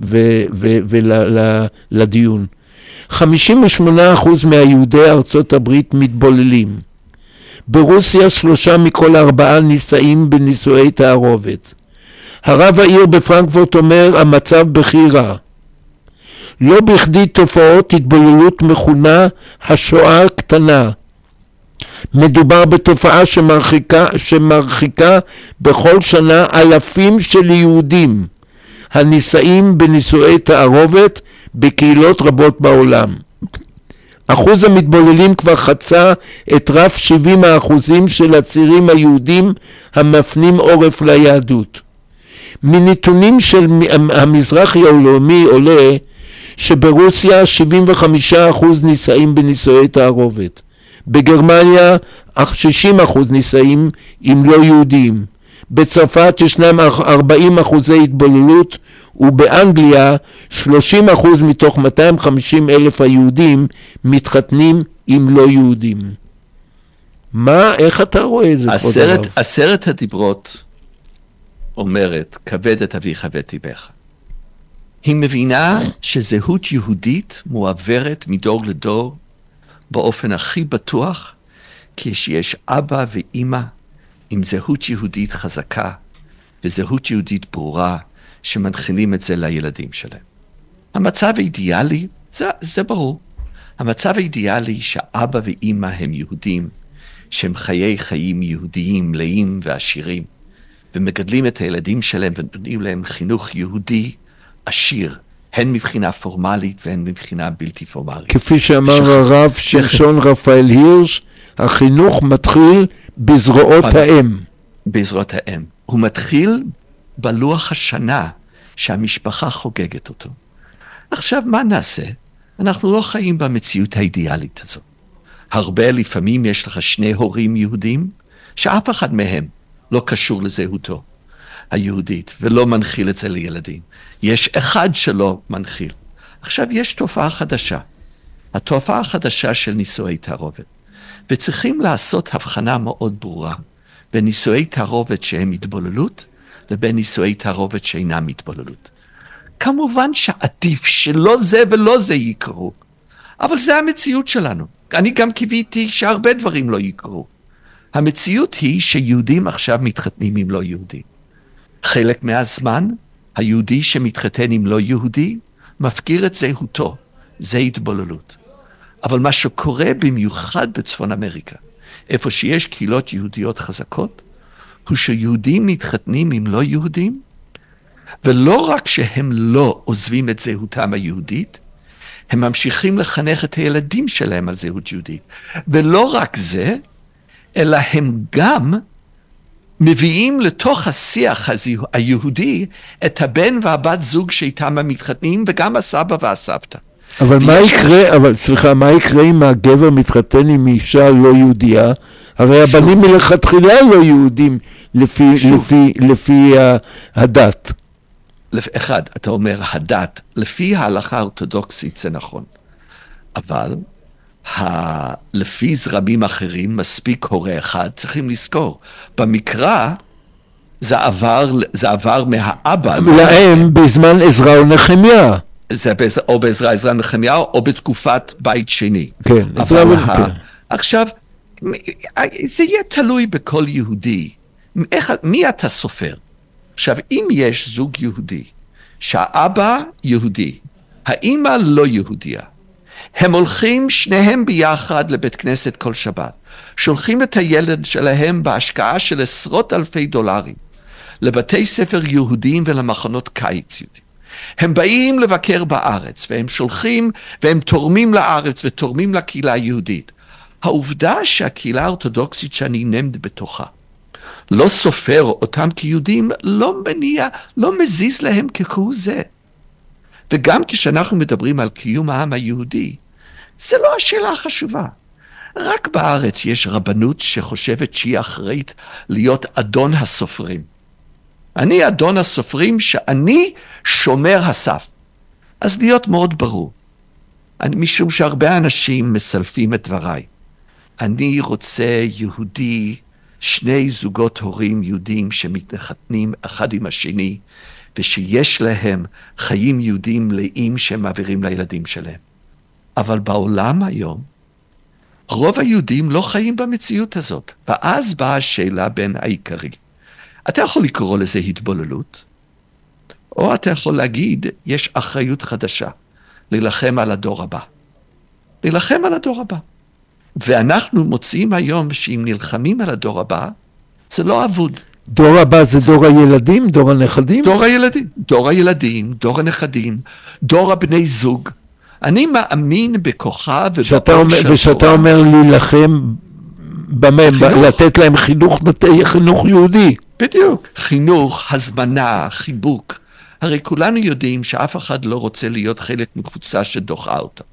ולדיון. 58% מהיהודי ארצות הברית מתבוללים. ברוסיה 3 מכל 4 נישאים בנישואי תערובת. הרב העיר בפרנקפורט אומר המצב בכי רע. לא בכדי תופעות התבוללות מכונה השואה הקטנה. מדובר בתופעה שמרחיקה בכל שנה אלפים של יהודים הנישאים בנישואי תערובת בקהילות רבות בעולם. אחוז המתבוללים כבר חצה את רף 70% של הצעירים היהודים המפנים עורף ליהדות. מנתונים של המזרח העולמי עולה שברוסיה 75% נישאים בנישואי תערובת. בגרמניה 60% נישאים עם לא יהודים. בצרפת ישנם 40% התבוללות, ובאנגליה 30% מתוך 250,000 היהודים מתחתנים עם לא יהודים. איך אתה רואה את זה? 10 הדיברות אומרת, כבד את אביך ואת אמך. היא מבינה שזהות יהודית מועברת מדור לדור באופן הכי בטוח, כשיש אבא ואמא עם זהות יהודית חזקה וזהות יהודית ברורה שמנחילים את זה לילדים שלהם. המצב האידיאלי, זה ברור, המצב האידיאלי שאבא ואמא הם יהודים, שהם חיים יהודיים מלאים ועשירים, ומגדלים את הילדים שלהם ונותנים להם חינוך יהודי עשיר, הן מבחינה פורמלית והן מבחינה בלתי פורמלית. כפי שאמר הרב שמשון רפאל הירש, החינוך מתחיל בזרועות האם. בזרועות האם. הוא מתחיל בלוח השנה שהמשפחה חוגגת אותו. עכשיו, מה נעשה? אנחנו לא חיים במציאות האידיאלית הזו. לפעמים יש לך 2 הורים יהודים, שאף אחד מהם לא קשור לזהותו היהודית, ולא מנחיל את זה לילדים. יש אחד שלא מנחיל. עכשיו יש תופעה חדשה. התופעה החדשה של נישואי תערובת. וצריכים לעשות הבחנה מאוד ברורה בין נישואי תערובת שהם התבוללות, לבין נישואי תערובת שאינם התבוללות. כמובן שעדיף שלא זה ולא זה יקרו, אבל זה המציאות שלנו. אני גם קיוויתי שהרבה דברים לא יקרו. המציאות היא שיהודים עכשיו מתחתנים עם לא יהודים. חלק מהזמן, היהודי שמתחתן עם לא יהודי, מפקיר את זהותו. זה התבוללות. אבל מה שקורה במיוחד בצפון אמריקה, איפה שיש קהילות יהודיות חזקות, הוא שיהודים מתחתנים עם לא יהודים, ולא רק שהם לא עוזבים את זהותם היהודית, הם ממשיכים לחנך את הילדים שלהם על זהות יהודית. ולא רק זה, אלא הם גם מביאים לתוך השיח היהודי את הבן והבת זוג שאיתם המתחתנים, וגם הסבא והסבתא. אבל מה יקרה אם הגבר מתחתן עם אישה לא יהודייה? הרי הבנים מלכתחילה לא יהודים לפי הדת. אחד, אתה אומר הדת, לפי ההלכה האורתודוקסית זה נכון. אבל לפי זרמים אחרים, מספיק הורה אחד, צריכים לזכור. במקרא, זה עבר מהאבא. להם בזמן עזרא ונחמיה. זה או בעזרא ונחמיה, או בתקופת בית שני. כן. עכשיו, זה יהיה תלוי בכל יהודי. מי אתה סופר? עכשיו, אם יש זוג יהודי, שהאבא יהודי, האמא לא יהודיה, הם הולכים שניהם ביחד לבית כנסת כל שבת, שולחים את הילד שלהם בהשקעה של $10,000 לבתי ספר יהודיים ולמחנות קיץ יהודיים. הם באים לבקר בארץ, והם שולחים, והם תורמים לארץ ותורמים לקהילה היהודית. העובדה שהקהילה האורתודוקסית שאני נמד בתוכה, לא סופר אותם כיהודים, לא מזיז להם ככהוא זה. וגם כשאנחנו מדברים על קיום העם היהודי, זה לא השאלה החשובה. רק בארץ יש רבנות שחושבת שהיא אחראית להיות אדון הסופרים. אני אדון הסופרים שאני שומר הסף. אז להיות מאוד ברור. משום שהרבה אנשים מסלפים את דבריי. אני רוצה יהודי, שני זוגות הורים יהודים שמתחתנים אחד עם השני, ושיש להם חיים יהודים מלאים שהם מעבירים לילדים שלהם. אבל בעולם היום, רוב היהודים לא חיים במציאות הזאת, ואז באה השאלה בין העיקרי. אתה יכול לקרוא לזה התבוללות, או אתה יכול להגיד, יש אחריות חדשה, להילחם על הדור הבא. להילחם על הדור הבא. ואנחנו מוצאים היום שאם נלחמים על הדור הבא, זה לא אבוד. דור הבא זה דור הילדים, דור הנכדים? דור הילדים, דור הנכדים, דור הבני זוג. אני מאמין בכוחה ובאור של תורה. ושאתה אומר להילחם במה, לתת להם חינוך יהודי. בדיוק. חינוך, הזמנה, חיבוק. הרי כולנו יודעים שאף אחד לא רוצה להיות חלק מקבוצה שדוחה אותה.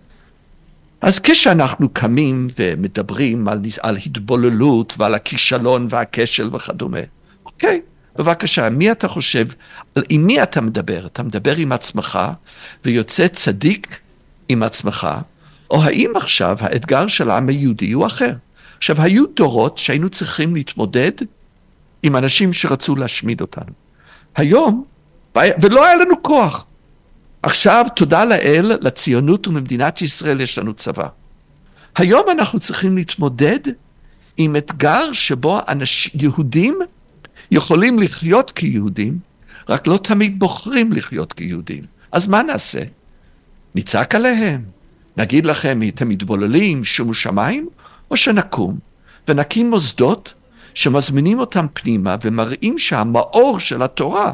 אז כשאנחנו קמים ומדברים על התבוללות ועל הכישלון והכשל וכדומה, אוקיי, בבקשה, מי אתה חושב, עם מי אתה מדבר? אתה מדבר עם עצמך ויוצא צדיק עם עצמך, או האם עכשיו האתגר של העם היהודי הוא אחר? עכשיו, היו דורות שהיינו צריכים להתמודד עם אנשים שרצו להשמיד אותנו. היום, ולא היה לנו כוח. עכשיו, תודה לאל, לציונות ולמדינת ישראל יש לנו צבא. היום אנחנו צריכים להתמודד עם אתגר שבו יהודים יכולים לחיות כיהודים, רק לא תמיד בוחרים לחיות כיהודים. אז מה נעשה? נצעק עליהם, נגיד לכם, אתם מתבוללים, שומו שמיים, או שנקום ונקים מוסדות שמזמינים אותם פנימה ומראים שהמאור של התורה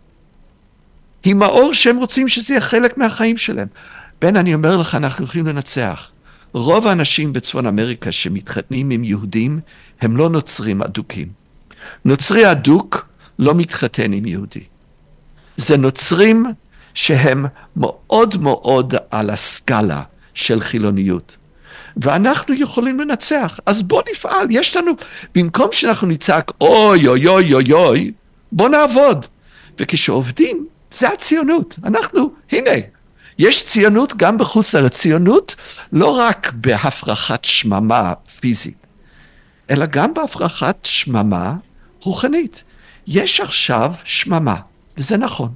היא מאור שהם רוצים שזה יהיה חלק מהחיים שלהם. בן, אני אומר לך, אנחנו יכולים לנצח. רוב האנשים בצפון אמריקה שמתחתנים עם יהודים, הם לא נוצרים אדוקים. נוצרי אדוק לא מתחתן עם יהודי. זה נוצרים שהם מאוד מאוד על הסקאלה של חילוניות. ואנחנו יכולים לנצח. אז בוא נפעל. יש לנו, במקום שאנחנו נצעק, אוי, אוי, אוי, אוי, אוי, בוא נעבוד. וכשעובדים, זה הציונות. אנחנו, הנה, יש ציונות גם בחוץ לארץ. ציונות לא רק בהפרחת שממה פיזית, אלא גם בהפרחת שממה רוחנית. יש עכשיו שממה, וזה נכון.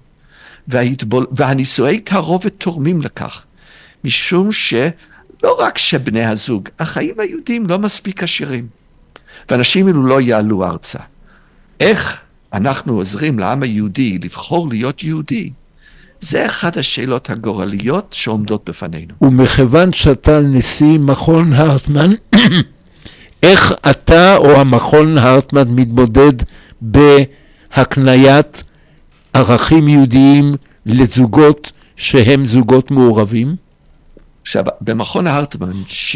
והנישואי תערובת תורמים לכך, משום שלא רק שבני הזוג, החיים היהודים לא מספיק עשירים, ואנשים אלו לא יעלו ארצה. איך אנחנו עוזרים לעם היהודי לבחור להיות יהודי? זה אחת השאלות הגורליות שעומדות בפנינו. ומכיוון שאתה נשיא מכון הרטמן, איך אתה או המכון הרטמן מתמודד בהקניית ערכים יהודיים לזוגות שהם זוגות מעורבים? עכשיו, במכון הרטמן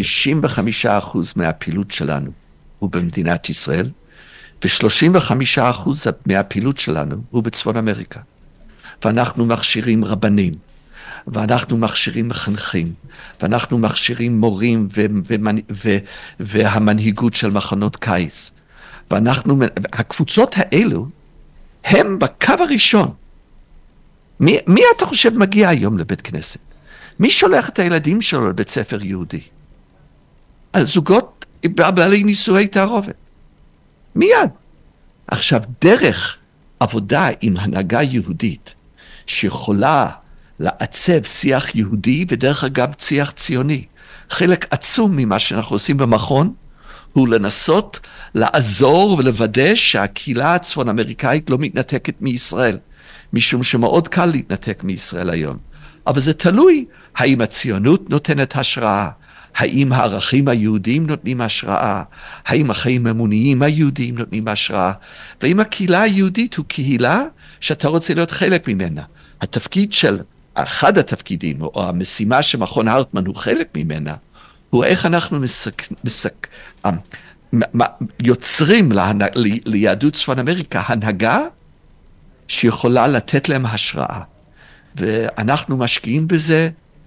65% מהפעילות שלנו הוא במדינת ישראל, ו35% מהפעילות שלנו הוא בצפון אמריקה. ואנחנו מכשירים רבנים, ואנחנו מכשירים מחנכים, ואנחנו מכשירים מורים והמנהיגות של מחנות קיץ. הקבוצות האלו הם בקו הראשון. מי אתה חושב מגיע היום לבית כנסת? מי שולח את הילדים שלו לבית ספר יהודי? זוגות בעלי נישואי תערובת. מיד. עכשיו, דרך עבודה עם הנהגה יהודית, שיכולה לעצב שיח יהודי, ודרך אגב שיח ציוני. חלק עצום ממה שאנחנו עושים במכון, הוא לנסות לעזור ולוודא שהקהילה הצפון אמריקאית לא מתנתקת מישראל, משום שמאוד קל להתנתק מישראל היום. אבל זה תלוי האם הציונות נותנת השראה, האם הערכים היהודיים נותנים השראה, האם החיים האמוניים היהודיים נותנים השראה, והאם הקהילה היהודית הוא קהילה שאתה רוצה להיות חלק ממנה. התפקיד של, אחד התפקידים, או המשימה שמכון הרטמן הוא חלק ממנה, הוא איך אנחנו יוצרים ליהדות צפון אמריקה הנהגה שיכולה לתת להם השראה, ואנחנו משקיעים בזה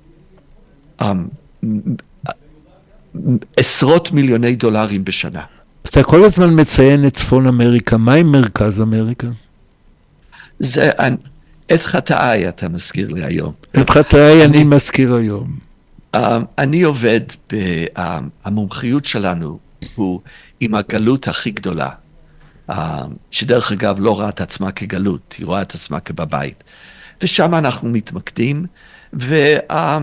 עשרות מיליוני דולרים בשנה. אתה כל הזמן מציין את צפון אמריקה, מה עם מרכז אמריקה? זה, את חטאי אתה מזכיר לי היום. את חטאי אני מזכיר היום. אני עובד, המומחיות שלנו הוא עם הגלות הכי גדולה, שדרך אגב לא רואה את עצמה כגלות, היא רואה את עצמה כבבית. ושם אנחנו מתמקדים, וזה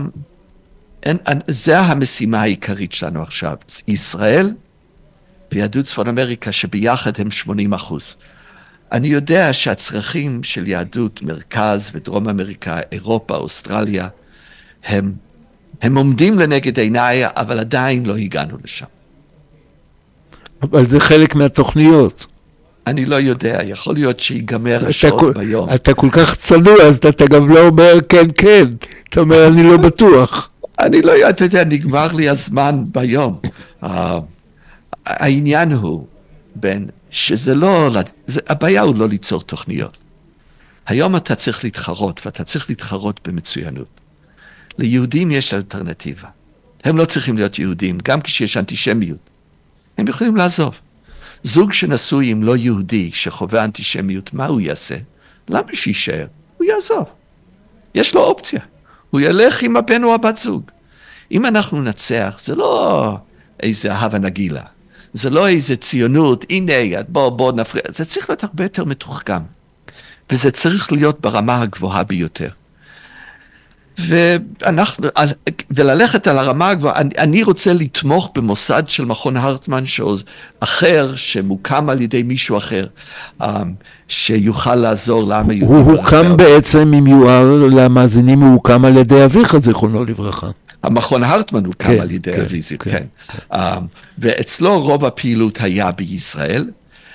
המשימה העיקרית שלנו עכשיו. ישראל ויהדות צפון אמריקה שביחד הם 80%. אני יודע שהצרכים של יהדות מרכז ודרום אמריקה, אירופה, אוסטרליה, הם עומדים לנגד עיניי, אבל עדיין לא הגענו לשם. אבל זה חלק מהתוכניות. אני לא יודע, יכול להיות שיגמר השעות ביום. אתה כל כך צנוע, אז אתה גם לא אומר כן, כן. אתה אומר, אני לא בטוח. אני לא יודע, אתה יודע, נגמר לי הזמן ביום. העניין הוא בין שזה לא, הבעיה הוא לא ליצור תוכניות. היום אתה צריך להתחרות, ואתה צריך להתחרות במצוינות. ליהודים יש אלטרנטיבה. הם לא צריכים להיות יהודים, גם כשיש אנטישמיות. הם יכולים לעזוב. זוג שנשוי עם לא יהודי שחווה אנטישמיות, מה הוא יעשה? למה שישאר? הוא יעזוב. יש לו אופציה. הוא ילך עם הבן או הבת זוג. אם אנחנו נצח, זה לא איזה אהבה נגילה. זה לא איזה ציונות, הנה, בוא נפריע. זה צריך להיות הרבה יותר מתוחכם. וזה צריך להיות ברמה הגבוהה ביותר. וללכת על הרמה הגבוהה, אני רוצה לתמוך במוסד של מכון הרטמן אחר, שמוקם על ידי מישהו אחר, שיוכל לעזור לעם היהודי. הוא הוקם בעצם, אם יואר למאזינים, הוא הוקם על ידי אביך, זיכרונו לברכה. המכון הרטמן הוקם על ידי אביזי, כן. ואצלו רוב הפעילות היה בישראל,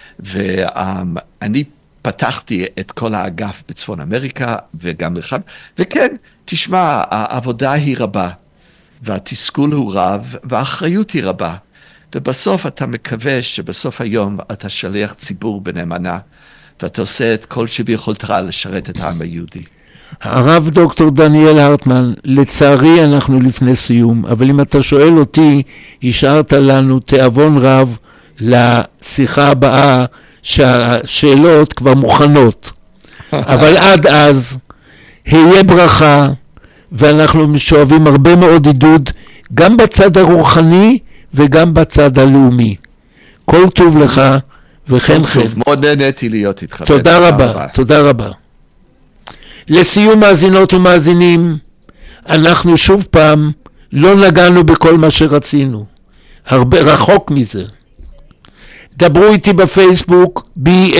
ואני פתחתי את כל האגף בצפון אמריקה, וגם לכאן, וכן, תשמע, העבודה היא רבה, והתסכול הוא רב, והאחריות היא רבה, ובסוף אתה מקווה שבסוף היום אתה שליח ציבור בנאמנה, ואתה עושה את כל שביכולתך לשרת את העם היהודי. הרב דוקטור דניאל הרטמן, לצערי אנחנו לפני סיום, אבל אם אתה שואל אותי, השארת לנו תיאבון רב לשיחה הבאה, שהשאלות כבר מוכנות. אבל עד אז, היה ברכה, ואנחנו שואבים הרבה מאוד עידוד, גם בצד הרוחני וגם בצד הלאומי. כל טוב לך, וכן כן. מאוד נהניתי להיות איתך. תודה רבה, תודה רבה. לסיום מאזינות ומאזינים, אנחנו שוב פעם לא נגענו בכל מה שרצינו. הרבה רחוק מזה. דברו איתי בפייסבוק,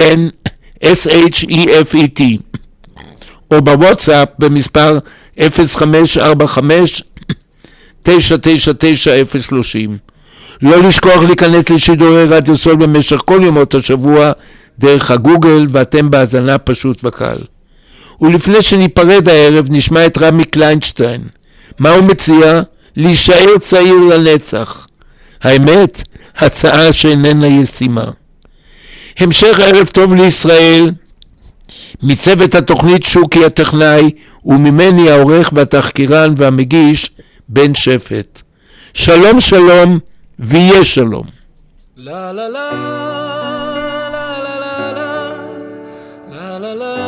BNSHEFET, או בוואטסאפ במספר 0545-999-030. לא לשכוח להיכנס לשידורי רדיו סול במשך כל ימות השבוע, דרך הגוגל, ואתם בהאזנה פשוט וקל. ולפני שניפרד הערב, נשמע את רמי קליינשטיין. מה הוא מציע? להישאר צעיר לנצח. האמת, הצעה שאיננה ישימה. המשך ערב טוב לישראל, מצוות התוכנית שוקי הטכנאי, וממני העורך והתחקירן והמגיש בן שפט. שלום שלום ויהיה שלום. לה לה לה לה לה לה לה לה לה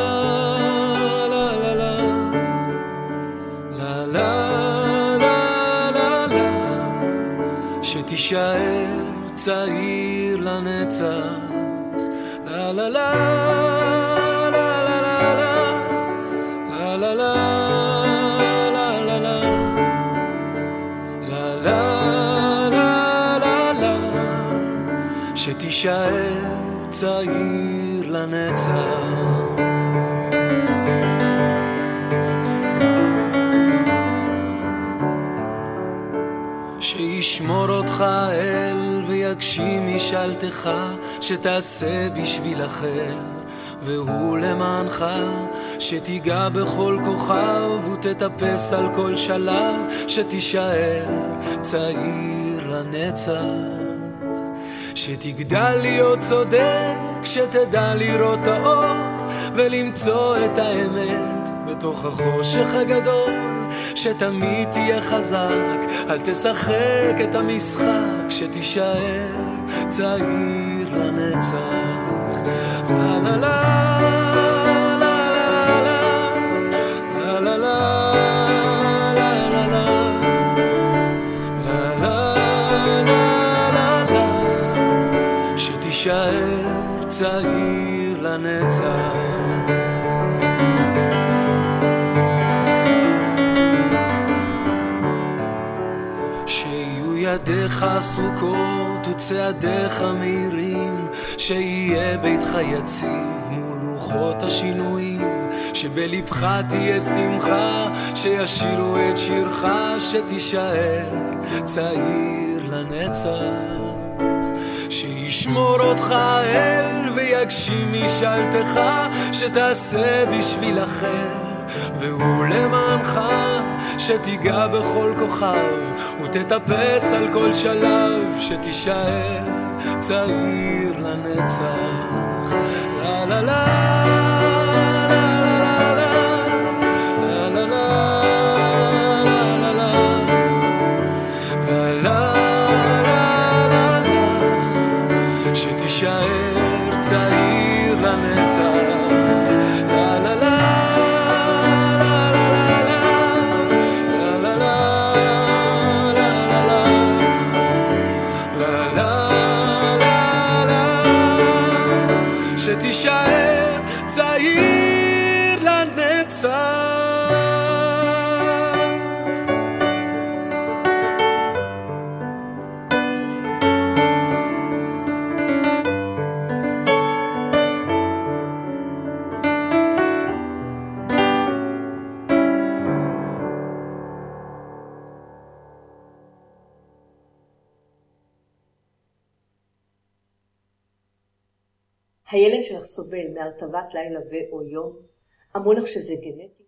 שתישאר צעיר לנצח. לה לה לה לה לה לה לה לה לה לה לה לה לה שתישאר צעיר לנצח. שישמור אותך אל ויגשים משאלתך, שתעשה בשביל אחר והוא למענך, שתיגע בכל כוכב ותטפס על כל שלב, שתישאר צעיר לנצח, שתגדל להיות צודק, שתדע לראות האור ולמצוא את האמת בתוך החושך הגדול, שתמיד תהיה חזק, אל תשחק את המשחק, שתישאר צעיר לנצח. לה לה לה שתישאר צעיר לנצח. שיהיו ידיך עסוקות וצעדיך מהירים, שיהיה ביתך יציב מול רוחות השינויים, שבלבך תהיה שמחה, שישירו את שירך, שתישאר צעיר לנצח. שישמור אותך אל ויגשים משאלתך, שתעשה בשביל אחר והוא למענך, שתיגע בכל כוכב ותטפס על כל שלב, שתישאר צעיר לנצח. לה לה לה שתישאר צעיר לנצח. לה לה לה לה לה לה לה לה לה לה לה שתישאר צעיר לנצח. הילד שלך סובל מהרטבת לילה או יום, אמרו לך שזה גנטי?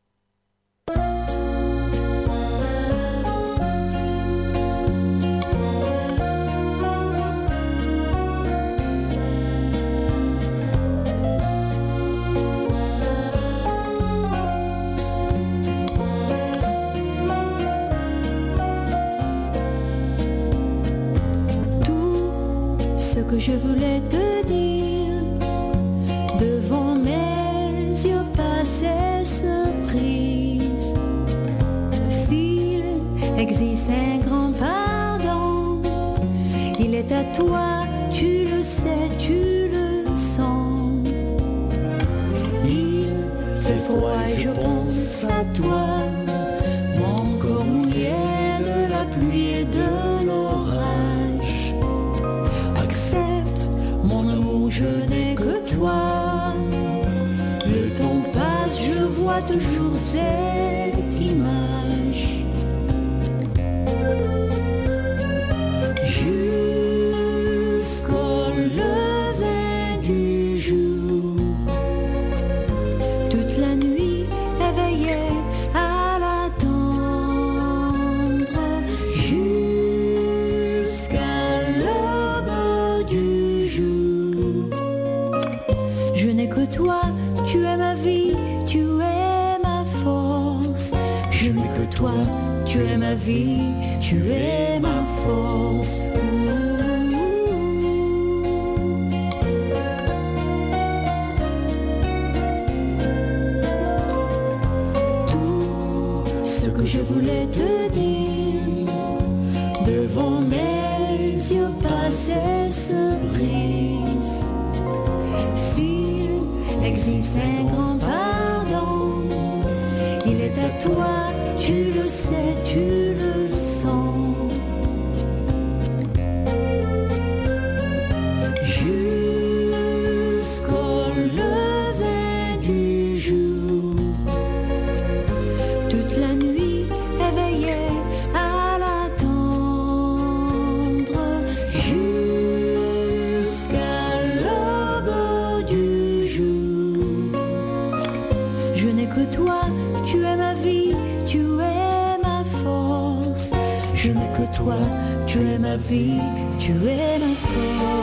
Tout ce que je voulais te dire devant mes yeux passés surprise. S'il existe un grand pardon, il est à toi, tu le sais, tu le sens. Il fait froid et je pense à toi, mon corps mouillé de la pluie et de l'orage. Accepte mon amour, je n'ai que toi. Le temps passe, je vois toujours cette image. Jusqu'au lever du jour, toute la nuit éveillée à l'attendre. Jusqu'à l'aube du jour, je n'ai que toi, tu es ma vie, tu es ma force. Je n'ai que toi, tu es ma vie, tu es ma force. Tout ce que je voulais te dire devant mes yeux passés se brise. S'il existe un grand pardon, il est à toi, tu le sais, tu le sens. Jusqu'au lever du jour, toute la nuit éveillée à l'attendre. Jusqu'à l'aube du jour, je n'ai que toi, tu es ma vie, tu es ma force. Je n'ai que toi, tu es ma vie, tu es ma force.